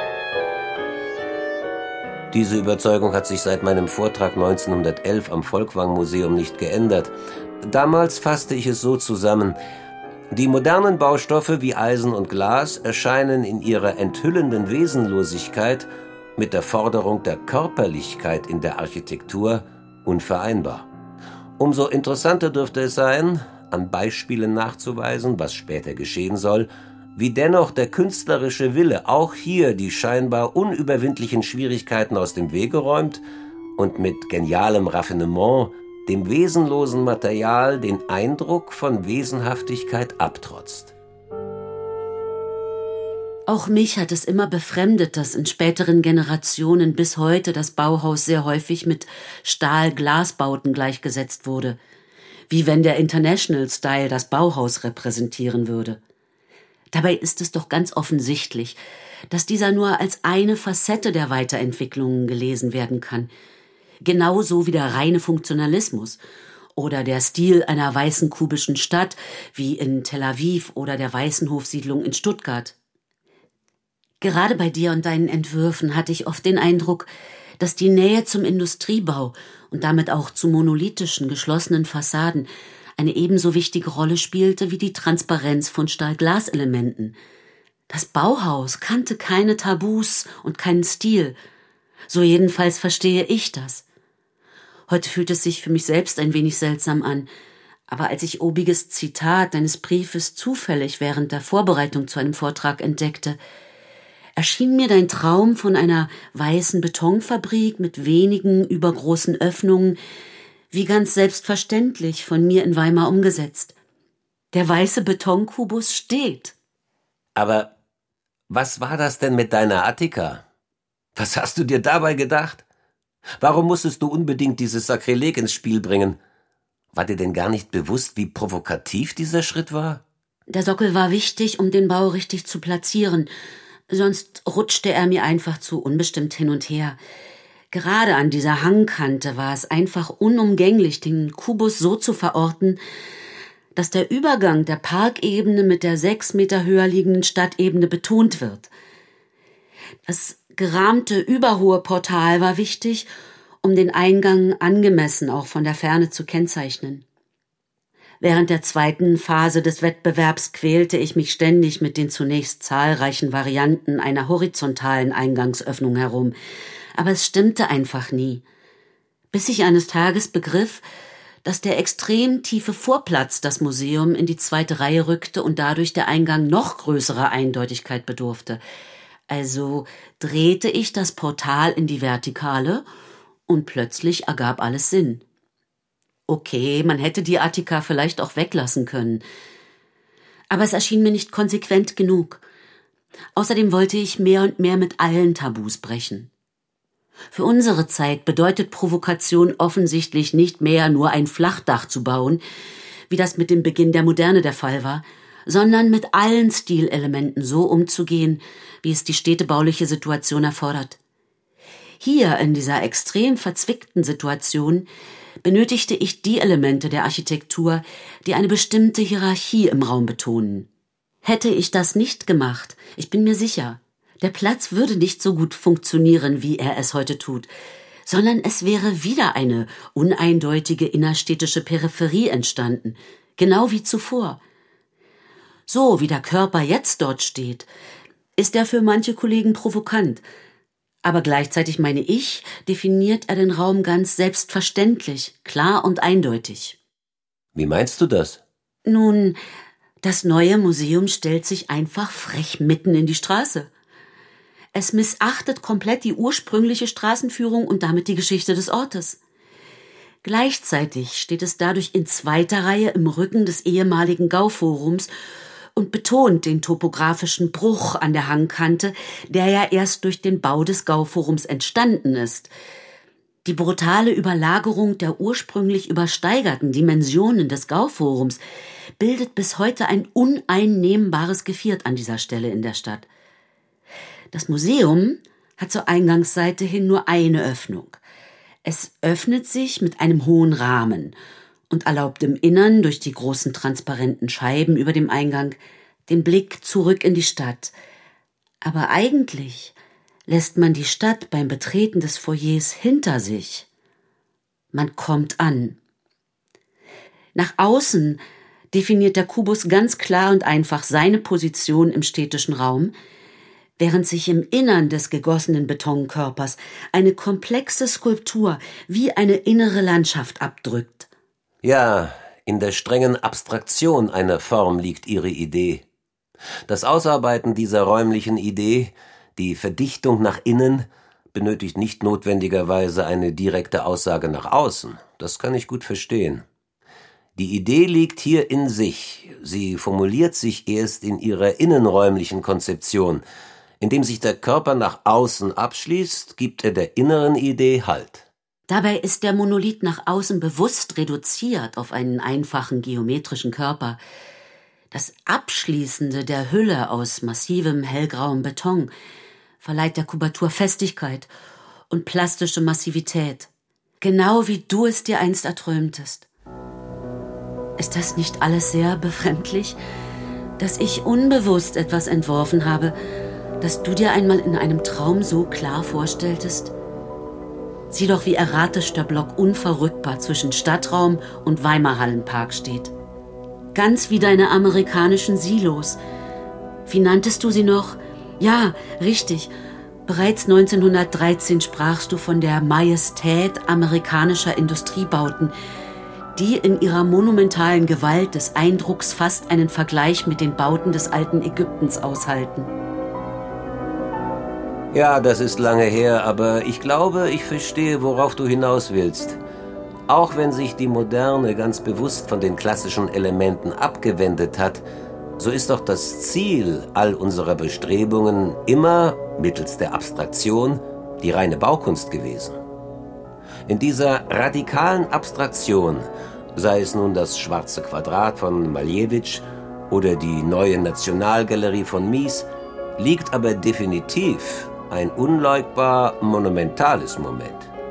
Diese Überzeugung hat sich seit meinem Vortrag neunzehnhundertelf am Folkwang-Museum nicht geändert. Damals fasste ich es so zusammen: Die modernen Baustoffe wie Eisen und Glas erscheinen in ihrer enthüllenden Wesenlosigkeit mit der Forderung der Körperlichkeit in der Architektur unvereinbar. Umso interessanter dürfte es sein, an Beispielen nachzuweisen, was später geschehen soll, wie dennoch der künstlerische Wille auch hier die scheinbar unüberwindlichen Schwierigkeiten aus dem Wege räumt und mit genialem Raffinement dem wesenlosen Material den Eindruck von Wesenhaftigkeit abtrotzt. Auch mich hat es immer befremdet, dass in späteren Generationen bis heute das Bauhaus sehr häufig mit Stahl-Glas-Bauten gleichgesetzt wurde, wie wenn der International Style das Bauhaus repräsentieren würde. Dabei ist es doch ganz offensichtlich, dass dieser nur als eine Facette der Weiterentwicklungen gelesen werden kann, genauso wie der reine Funktionalismus oder der Stil einer weißen kubischen Stadt wie in Tel Aviv oder der Weißenhofsiedlung in Stuttgart. Gerade bei dir und deinen Entwürfen hatte ich oft den Eindruck, dass die Nähe zum Industriebau und damit auch zu monolithischen, geschlossenen Fassaden eine ebenso wichtige Rolle spielte wie die Transparenz von Stahl-Glas-Elementen. Das Bauhaus kannte keine Tabus und keinen Stil. So jedenfalls verstehe ich das. Heute fühlt es sich für mich selbst ein wenig seltsam an. Aber als ich obiges Zitat deines Briefes zufällig während der Vorbereitung zu einem Vortrag entdeckte, erschien mir dein Traum von einer weißen Betonfabrik mit wenigen übergroßen Öffnungen wie ganz selbstverständlich von mir in Weimar umgesetzt. Der weiße Betonkubus steht. Aber was war das denn mit deiner Attika? Was hast du dir dabei gedacht? Warum musstest du unbedingt dieses Sakrileg ins Spiel bringen? War dir denn gar nicht bewusst, wie provokativ dieser Schritt war? Der Sockel war wichtig, um den Bau richtig zu platzieren. Sonst rutschte er mir einfach zu unbestimmt hin und her. Gerade an dieser Hangkante war es einfach unumgänglich, den Kubus so zu verorten, dass der Übergang der Parkebene mit der sechs Meter höher liegenden Stadtebene betont wird. Das gerahmte, überhohe Portal war wichtig, um den Eingang angemessen auch von der Ferne zu kennzeichnen. Während der zweiten Phase des Wettbewerbs quälte ich mich ständig mit den zunächst zahlreichen Varianten einer horizontalen Eingangsöffnung herum, aber es stimmte einfach nie. Bis ich eines Tages begriff, dass der extrem tiefe Vorplatz das Museum in die zweite Reihe rückte und dadurch der Eingang noch größerer Eindeutigkeit bedurfte. Also drehte ich das Portal in die Vertikale und plötzlich ergab alles Sinn. Okay, man hätte die Attika vielleicht auch weglassen können. Aber es erschien mir nicht konsequent genug. Außerdem wollte ich mehr und mehr mit allen Tabus brechen. Für unsere Zeit bedeutet Provokation offensichtlich nicht mehr, nur ein Flachdach zu bauen, wie das mit dem Beginn der Moderne der Fall war, sondern mit allen Stilelementen so umzugehen, wie es die städtebauliche Situation erfordert. Hier, in dieser extrem verzwickten Situation, benötigte ich die Elemente der Architektur, die eine bestimmte Hierarchie im Raum betonen. Hätte ich das nicht gemacht, ich bin mir sicher, der Platz würde nicht so gut funktionieren, wie er es heute tut, sondern es wäre wieder eine uneindeutige innerstädtische Peripherie entstanden, genau wie zuvor. So wie der Körper jetzt dort steht, ist er für manche Kollegen provokant, aber gleichzeitig, meine ich, definiert er den Raum ganz selbstverständlich, klar und eindeutig. Wie meinst du das? Nun, das neue Museum stellt sich einfach frech mitten in die Straße. Es missachtet komplett die ursprüngliche Straßenführung und damit die Geschichte des Ortes. Gleichzeitig steht es dadurch in zweiter Reihe im Rücken des ehemaligen Gauforums und betont den topografischen Bruch an der Hangkante, der ja erst durch den Bau des Gauforums entstanden ist. Die brutale Überlagerung der ursprünglich übersteigerten Dimensionen des Gauforums bildet bis heute ein uneinnehmbares Geviert an dieser Stelle in der Stadt. Das Museum hat zur Eingangsseite hin nur eine Öffnung. Es öffnet sich mit einem hohen Rahmen und erlaubt im Innern durch die großen transparenten Scheiben über dem Eingang den Blick zurück in die Stadt. Aber eigentlich lässt man die Stadt beim Betreten des Foyers hinter sich. Man kommt an. Nach außen definiert der Kubus ganz klar und einfach seine Position im städtischen Raum, während sich im Innern des gegossenen Betonkörpers eine komplexe Skulptur wie eine innere Landschaft abdrückt. Ja, in der strengen Abstraktion einer Form liegt ihre Idee. Das Ausarbeiten dieser räumlichen Idee, die Verdichtung nach innen, benötigt nicht notwendigerweise eine direkte Aussage nach außen. Das kann ich gut verstehen. Die Idee liegt hier in sich. Sie formuliert sich erst in ihrer innenräumlichen Konzeption. Indem sich der Körper nach außen abschließt, gibt er der inneren Idee Halt. Dabei ist der Monolith nach außen bewusst reduziert auf einen einfachen geometrischen Körper. Das Abschließende der Hülle aus massivem hellgrauem Beton verleiht der Kubatur Festigkeit und plastische Massivität. Genau wie du es dir einst erträumtest. Ist das nicht alles sehr befremdlich, dass ich unbewusst etwas entworfen habe, das du dir einmal in einem Traum so klar vorstelltest? Sieh doch, wie erratisch der Block unverrückbar zwischen Stadtraum und Weimar Hallenpark steht. Ganz wie deine amerikanischen Silos, Wie nanntest du sie noch? Ja, richtig. Bereits neunzehnhundertdreizehn sprachst du von der Majestät amerikanischer Industriebauten, die in ihrer monumentalen Gewalt des Eindrucks fast einen Vergleich mit den Bauten des alten Ägyptens aushalten. Ja, das ist lange her, aber ich glaube, ich verstehe, worauf du hinaus willst. Auch wenn sich die Moderne ganz bewusst von den klassischen Elementen abgewendet hat, so ist doch das Ziel all unserer Bestrebungen immer, mittels der Abstraktion, die reine Baukunst gewesen. In dieser radikalen Abstraktion, sei es nun das Schwarze Quadrat von Malevich oder die neue Nationalgalerie von Mies, liegt aber definitiv ein unleugbar monumentales Moment.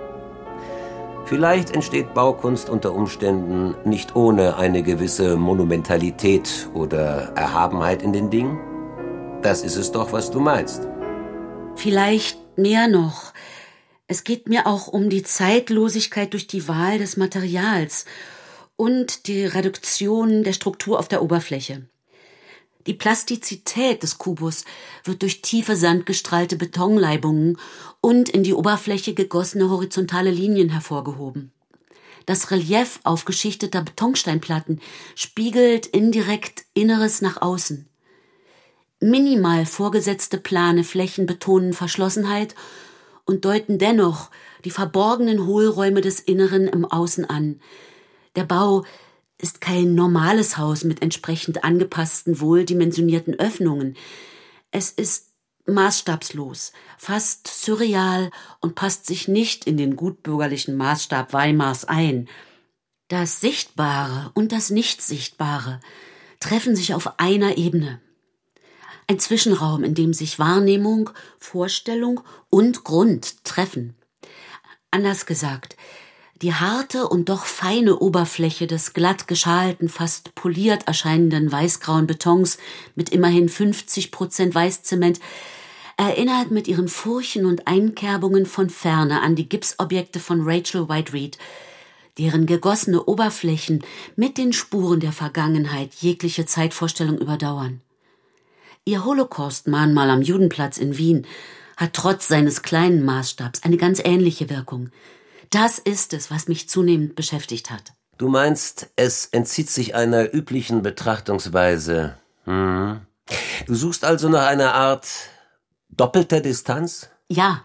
Vielleicht entsteht Baukunst unter Umständen nicht ohne eine gewisse Monumentalität oder Erhabenheit in den Dingen? Das ist es doch, was du meinst. Vielleicht mehr noch. Es geht mir auch um die Zeitlosigkeit durch die Wahl des Materials und die Reduktion der Struktur auf der Oberfläche. Die Plastizität des Kubus wird durch tiefe sandgestrahlte Betonleibungen und in die Oberfläche gegossene horizontale Linien hervorgehoben. Das Relief aufgeschichteter Betonsteinplatten spiegelt indirekt Inneres nach außen. Minimal vorgesetzte plane Flächen betonen Verschlossenheit und deuten dennoch die verborgenen Hohlräume des Inneren im Außen an. Der Bau ist kein normales Haus mit entsprechend angepassten, wohldimensionierten Öffnungen. Es ist maßstabslos, fast surreal und passt sich nicht in den gutbürgerlichen Maßstab Weimars ein. Das Sichtbare und das Nicht-Sichtbare treffen sich auf einer Ebene. Ein Zwischenraum, in dem sich Wahrnehmung, Vorstellung und Grund treffen. Anders gesagt, die harte und doch feine Oberfläche des glatt geschalten, fast poliert erscheinenden weißgrauen Betons mit immerhin fünfzig Prozent Weißzement erinnert mit ihren Furchen und Einkerbungen von Ferne an die Gipsobjekte von Rachel White Reed, deren gegossene Oberflächen mit den Spuren der Vergangenheit jegliche Zeitvorstellung überdauern. Ihr Holocaust-Mahnmal am Judenplatz in Wien hat trotz seines kleinen Maßstabs eine ganz ähnliche Wirkung. Das ist es, was mich zunehmend beschäftigt hat. Du meinst, es entzieht sich einer üblichen Betrachtungsweise. Hm. Du suchst also nach einer Art doppelter Distanz? Ja.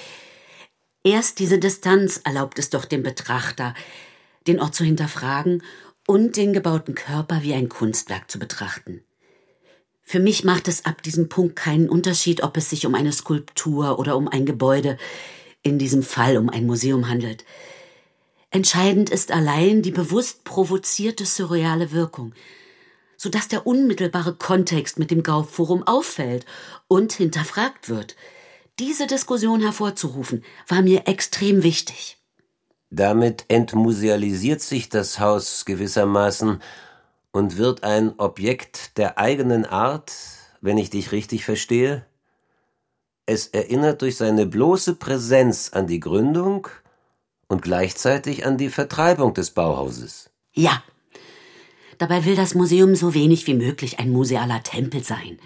Erst diese Distanz erlaubt es doch dem Betrachter, den Ort zu hinterfragen und den gebauten Körper wie ein Kunstwerk zu betrachten. Für mich macht es ab diesem Punkt keinen Unterschied, ob es sich um eine Skulptur oder um ein Gebäude, in diesem Fall um ein Museum handelt. Entscheidend ist allein die bewusst provozierte surreale Wirkung, sodass der unmittelbare Kontext mit dem Gauforum auffällt und hinterfragt wird. Diese Diskussion hervorzurufen, war mir extrem wichtig. Damit entmusealisiert sich das Haus gewissermaßen und wird ein Objekt der eigenen Art, wenn ich dich richtig verstehe? Es erinnert durch seine bloße Präsenz an die Gründung und gleichzeitig an die Vertreibung des Bauhauses. Ja. Dabei will das Museum so wenig wie möglich ein musealer Tempel sein.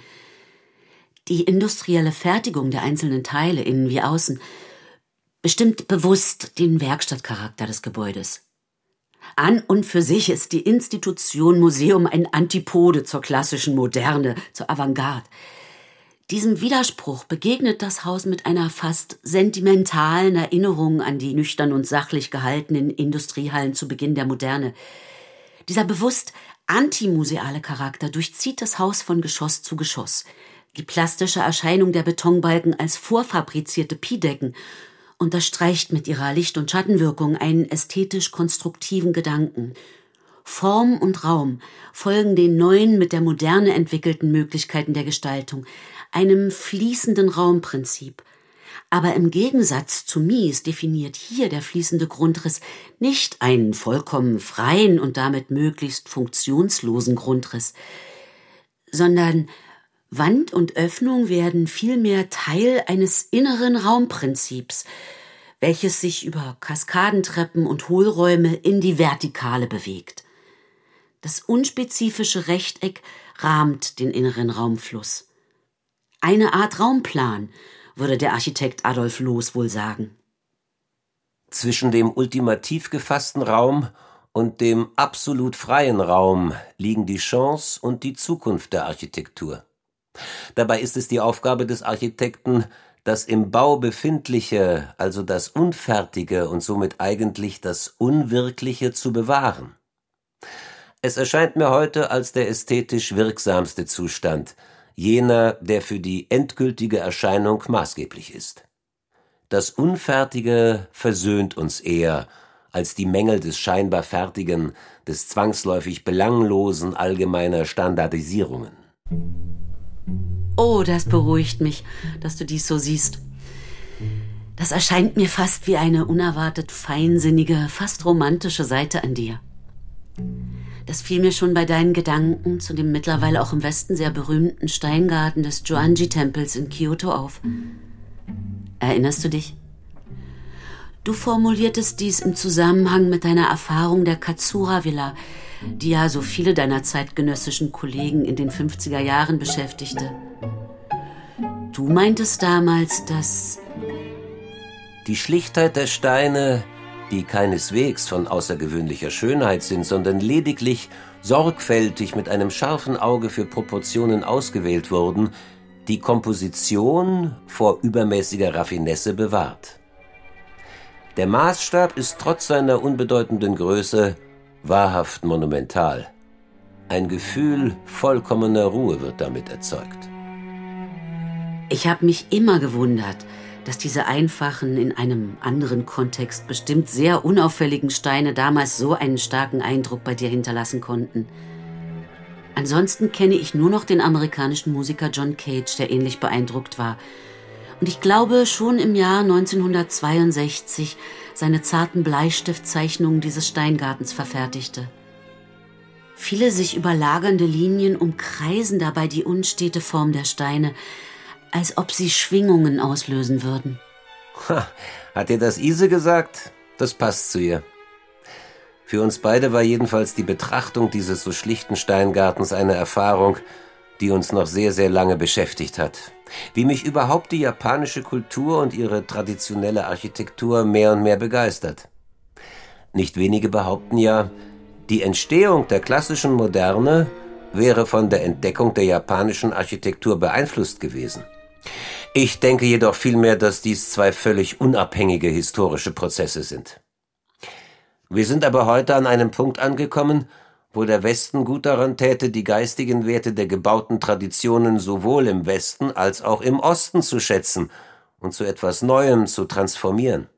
Die industrielle Fertigung der einzelnen Teile, innen wie außen, bestimmt bewusst den Werkstattcharakter des Gebäudes. An und für sich ist die Institution Museum ein Antipode zur klassischen Moderne, zur Avantgarde. Diesem Widerspruch begegnet das Haus mit einer fast sentimentalen Erinnerung an die nüchtern und sachlich gehaltenen Industriehallen zu Beginn der Moderne. Dieser bewusst antimuseale Charakter durchzieht das Haus von Geschoss zu Geschoss. Die plastische Erscheinung der Betonbalken als vorfabrizierte Piedecken unterstreicht mit ihrer Licht- und Schattenwirkung einen ästhetisch-konstruktiven Gedanken. Form und Raum folgen den neuen, mit der Moderne entwickelten Möglichkeiten der Gestaltung, einem fließenden Raumprinzip. Aber im Gegensatz zu Mies definiert hier der fließende Grundriss nicht einen vollkommen freien und damit möglichst funktionslosen Grundriss, sondern Wand und Öffnung werden vielmehr Teil eines inneren Raumprinzips, welches sich über Kaskadentreppen und Hohlräume in die Vertikale bewegt. Das unspezifische Rechteck rahmt den inneren Raumfluss. Eine Art Raumplan, würde der Architekt Adolf Loos wohl sagen. Zwischen dem ultimativ gefassten Raum und dem absolut freien Raum liegen die Chance und die Zukunft der Architektur. Dabei ist es die Aufgabe des Architekten, das im Bau Befindliche, also das Unfertige und somit eigentlich das Unwirkliche zu bewahren. Es erscheint mir heute als der ästhetisch wirksamste Zustand, jener, der für die endgültige Erscheinung maßgeblich ist. Das Unfertige versöhnt uns eher als die Mängel des scheinbar Fertigen, des zwangsläufig Belanglosen allgemeiner Standardisierungen. Oh, das beruhigt mich, dass du dies so siehst. Das erscheint mir fast wie eine unerwartet feinsinnige, fast romantische Seite an dir. Das fiel mir schon bei deinen Gedanken zu dem mittlerweile auch im Westen sehr berühmten Steingarten des Joanji-Tempels in Kyoto auf. Erinnerst du dich? Du formuliertest dies im Zusammenhang mit deiner Erfahrung der Katsura-Villa, die ja so viele deiner zeitgenössischen Kollegen in den fünfziger Jahren beschäftigte. Du meintest damals, dass die Schlichtheit der Steine, die keineswegs von außergewöhnlicher Schönheit sind, sondern lediglich sorgfältig mit einem scharfen Auge für Proportionen ausgewählt wurden, die Komposition vor übermäßiger Raffinesse bewahrt. Der Maßstab ist trotz seiner unbedeutenden Größe wahrhaft monumental. Ein Gefühl vollkommener Ruhe wird damit erzeugt. Ich habe mich immer gewundert, dass diese einfachen, in einem anderen Kontext bestimmt sehr unauffälligen Steine damals so einen starken Eindruck bei dir hinterlassen konnten. Ansonsten kenne ich nur noch den amerikanischen Musiker John Cage, der ähnlich beeindruckt war. Und ich glaube, schon im Jahr neunzehnhundertzweiundsechzig seine zarten Bleistiftzeichnungen dieses Steingartens verfertigte. Viele sich überlagernde Linien umkreisen dabei die unstete Form der Steine, als ob sie Schwingungen auslösen würden. Ha, hat dir das Ise gesagt? Das passt zu ihr. Für uns beide war jedenfalls die Betrachtung dieses so schlichten Steingartens eine Erfahrung, die uns noch sehr, sehr lange beschäftigt hat. Wie mich überhaupt die japanische Kultur und ihre traditionelle Architektur mehr und mehr begeistert. Nicht wenige behaupten ja, die Entstehung der klassischen Moderne wäre von der Entdeckung der japanischen Architektur beeinflusst gewesen. Ich denke jedoch vielmehr, dass dies zwei völlig unabhängige historische Prozesse sind. Wir sind aber heute an einem Punkt angekommen, wo der Westen gut daran täte, die geistigen Werte der gebauten Traditionen sowohl im Westen als auch im Osten zu schätzen und zu etwas Neuem zu transformieren.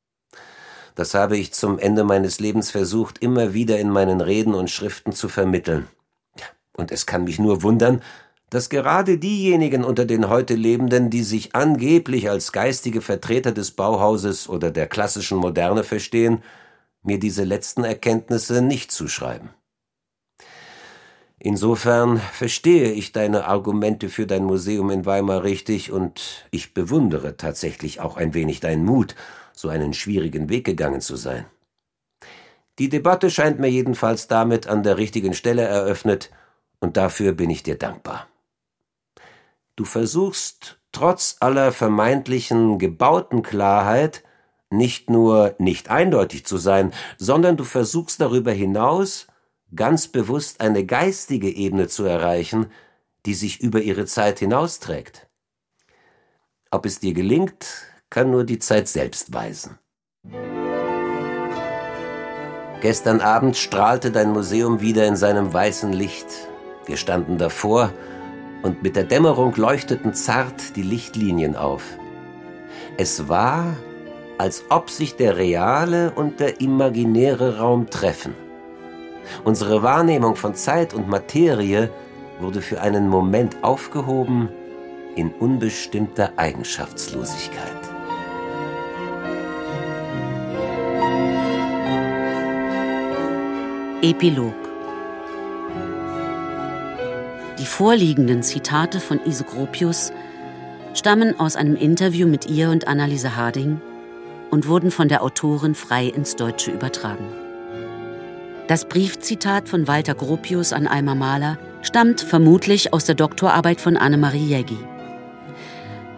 Das habe ich zum Ende meines Lebens versucht, immer wieder in meinen Reden und Schriften zu vermitteln. Und es kann mich nur wundern, dass gerade diejenigen unter den heute Lebenden, die sich angeblich als geistige Vertreter des Bauhauses oder der klassischen Moderne verstehen, mir diese letzten Erkenntnisse nicht zuschreiben. Insofern verstehe ich deine Argumente für dein Museum in Weimar richtig und ich bewundere tatsächlich auch ein wenig deinen Mut, so einen schwierigen Weg gegangen zu sein. Die Debatte scheint mir jedenfalls damit an der richtigen Stelle eröffnet und dafür bin ich dir dankbar. Du versuchst, trotz aller vermeintlichen gebauten Klarheit, nicht nur nicht eindeutig zu sein, sondern du versuchst darüber hinaus, ganz bewusst eine geistige Ebene zu erreichen, die sich über ihre Zeit hinausträgt. Ob es dir gelingt, kann nur die Zeit selbst weisen. Gestern Abend strahlte dein Museum wieder in seinem weißen Licht. Wir standen davor und mit der Dämmerung leuchteten zart die Lichtlinien auf. Es war, als ob sich der reale und der imaginäre Raum treffen. Unsere Wahrnehmung von Zeit und Materie wurde für einen Moment aufgehoben in unbestimmter Eigenschaftslosigkeit. Epilog. Die vorliegenden Zitate von Ise Gropius stammen aus einem Interview mit ihr und Anneliese Harding und wurden von der Autorin frei ins Deutsche übertragen. Das Briefzitat von Walter Gropius an Alma Mahler stammt vermutlich aus der Doktorarbeit von Annemarie Jägi.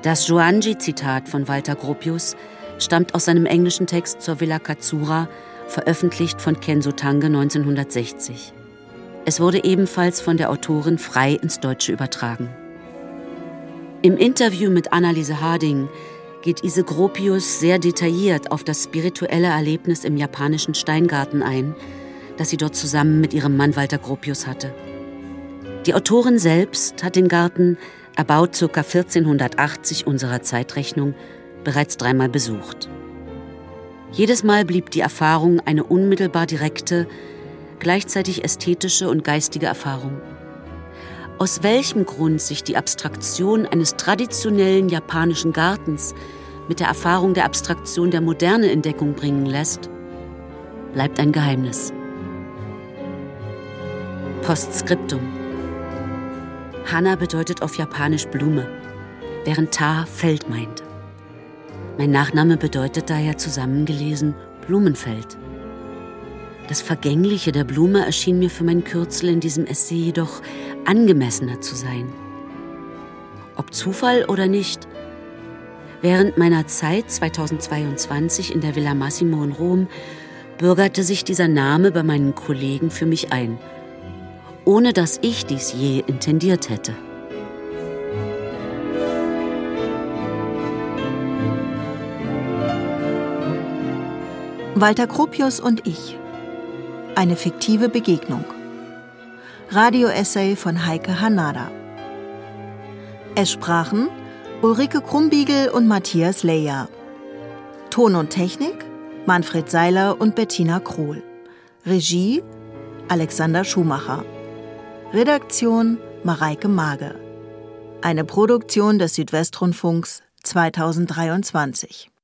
Das Juanji-Zitat von Walter Gropius stammt aus seinem englischen Text zur Villa Katsura, veröffentlicht von Kenzo Tange neunzehnhundertsechzig. Es wurde ebenfalls von der Autorin frei ins Deutsche übertragen. Im Interview mit Anneliese Harding geht Ise Gropius sehr detailliert auf das spirituelle Erlebnis im japanischen Steingarten ein, das sie dort zusammen mit ihrem Mann Walter Gropius hatte. Die Autorin selbst hat den Garten, erbaut ca. vierzehnhundertachtzig unserer Zeitrechnung, bereits dreimal besucht. Jedes Mal blieb die Erfahrung eine unmittelbar direkte, gleichzeitig ästhetische und geistige Erfahrung. Aus welchem Grund sich die Abstraktion eines traditionellen japanischen Gartens mit der Erfahrung der Abstraktion der Moderne in Deckung bringen lässt, bleibt ein Geheimnis. Postskriptum. Hana bedeutet auf Japanisch Blume, während Ta Feld meint. Mein Nachname bedeutet daher zusammengelesen Blumenfeld. Das Vergängliche der Blume erschien mir für mein Kürzel in diesem Essay jedoch angemessener zu sein. Ob Zufall oder nicht, während meiner Zeit zweitausendzweiundzwanzig in der Villa Massimo in Rom bürgerte sich dieser Name bei meinen Kollegen für mich ein, ohne dass ich dies je intendiert hätte. Walter Gropius und ich. Eine fiktive Begegnung. Radio-Essay von Heike Hanada. Es sprachen Ulrike Krumbiegel und Matthias Leyer. Ton und Technik Manfred Seiler und Bettina Krohl. Regie Alexander Schumacher. Redaktion Mareike Mage. Eine Produktion des Südwestrundfunks zweitausenddreiundzwanzig.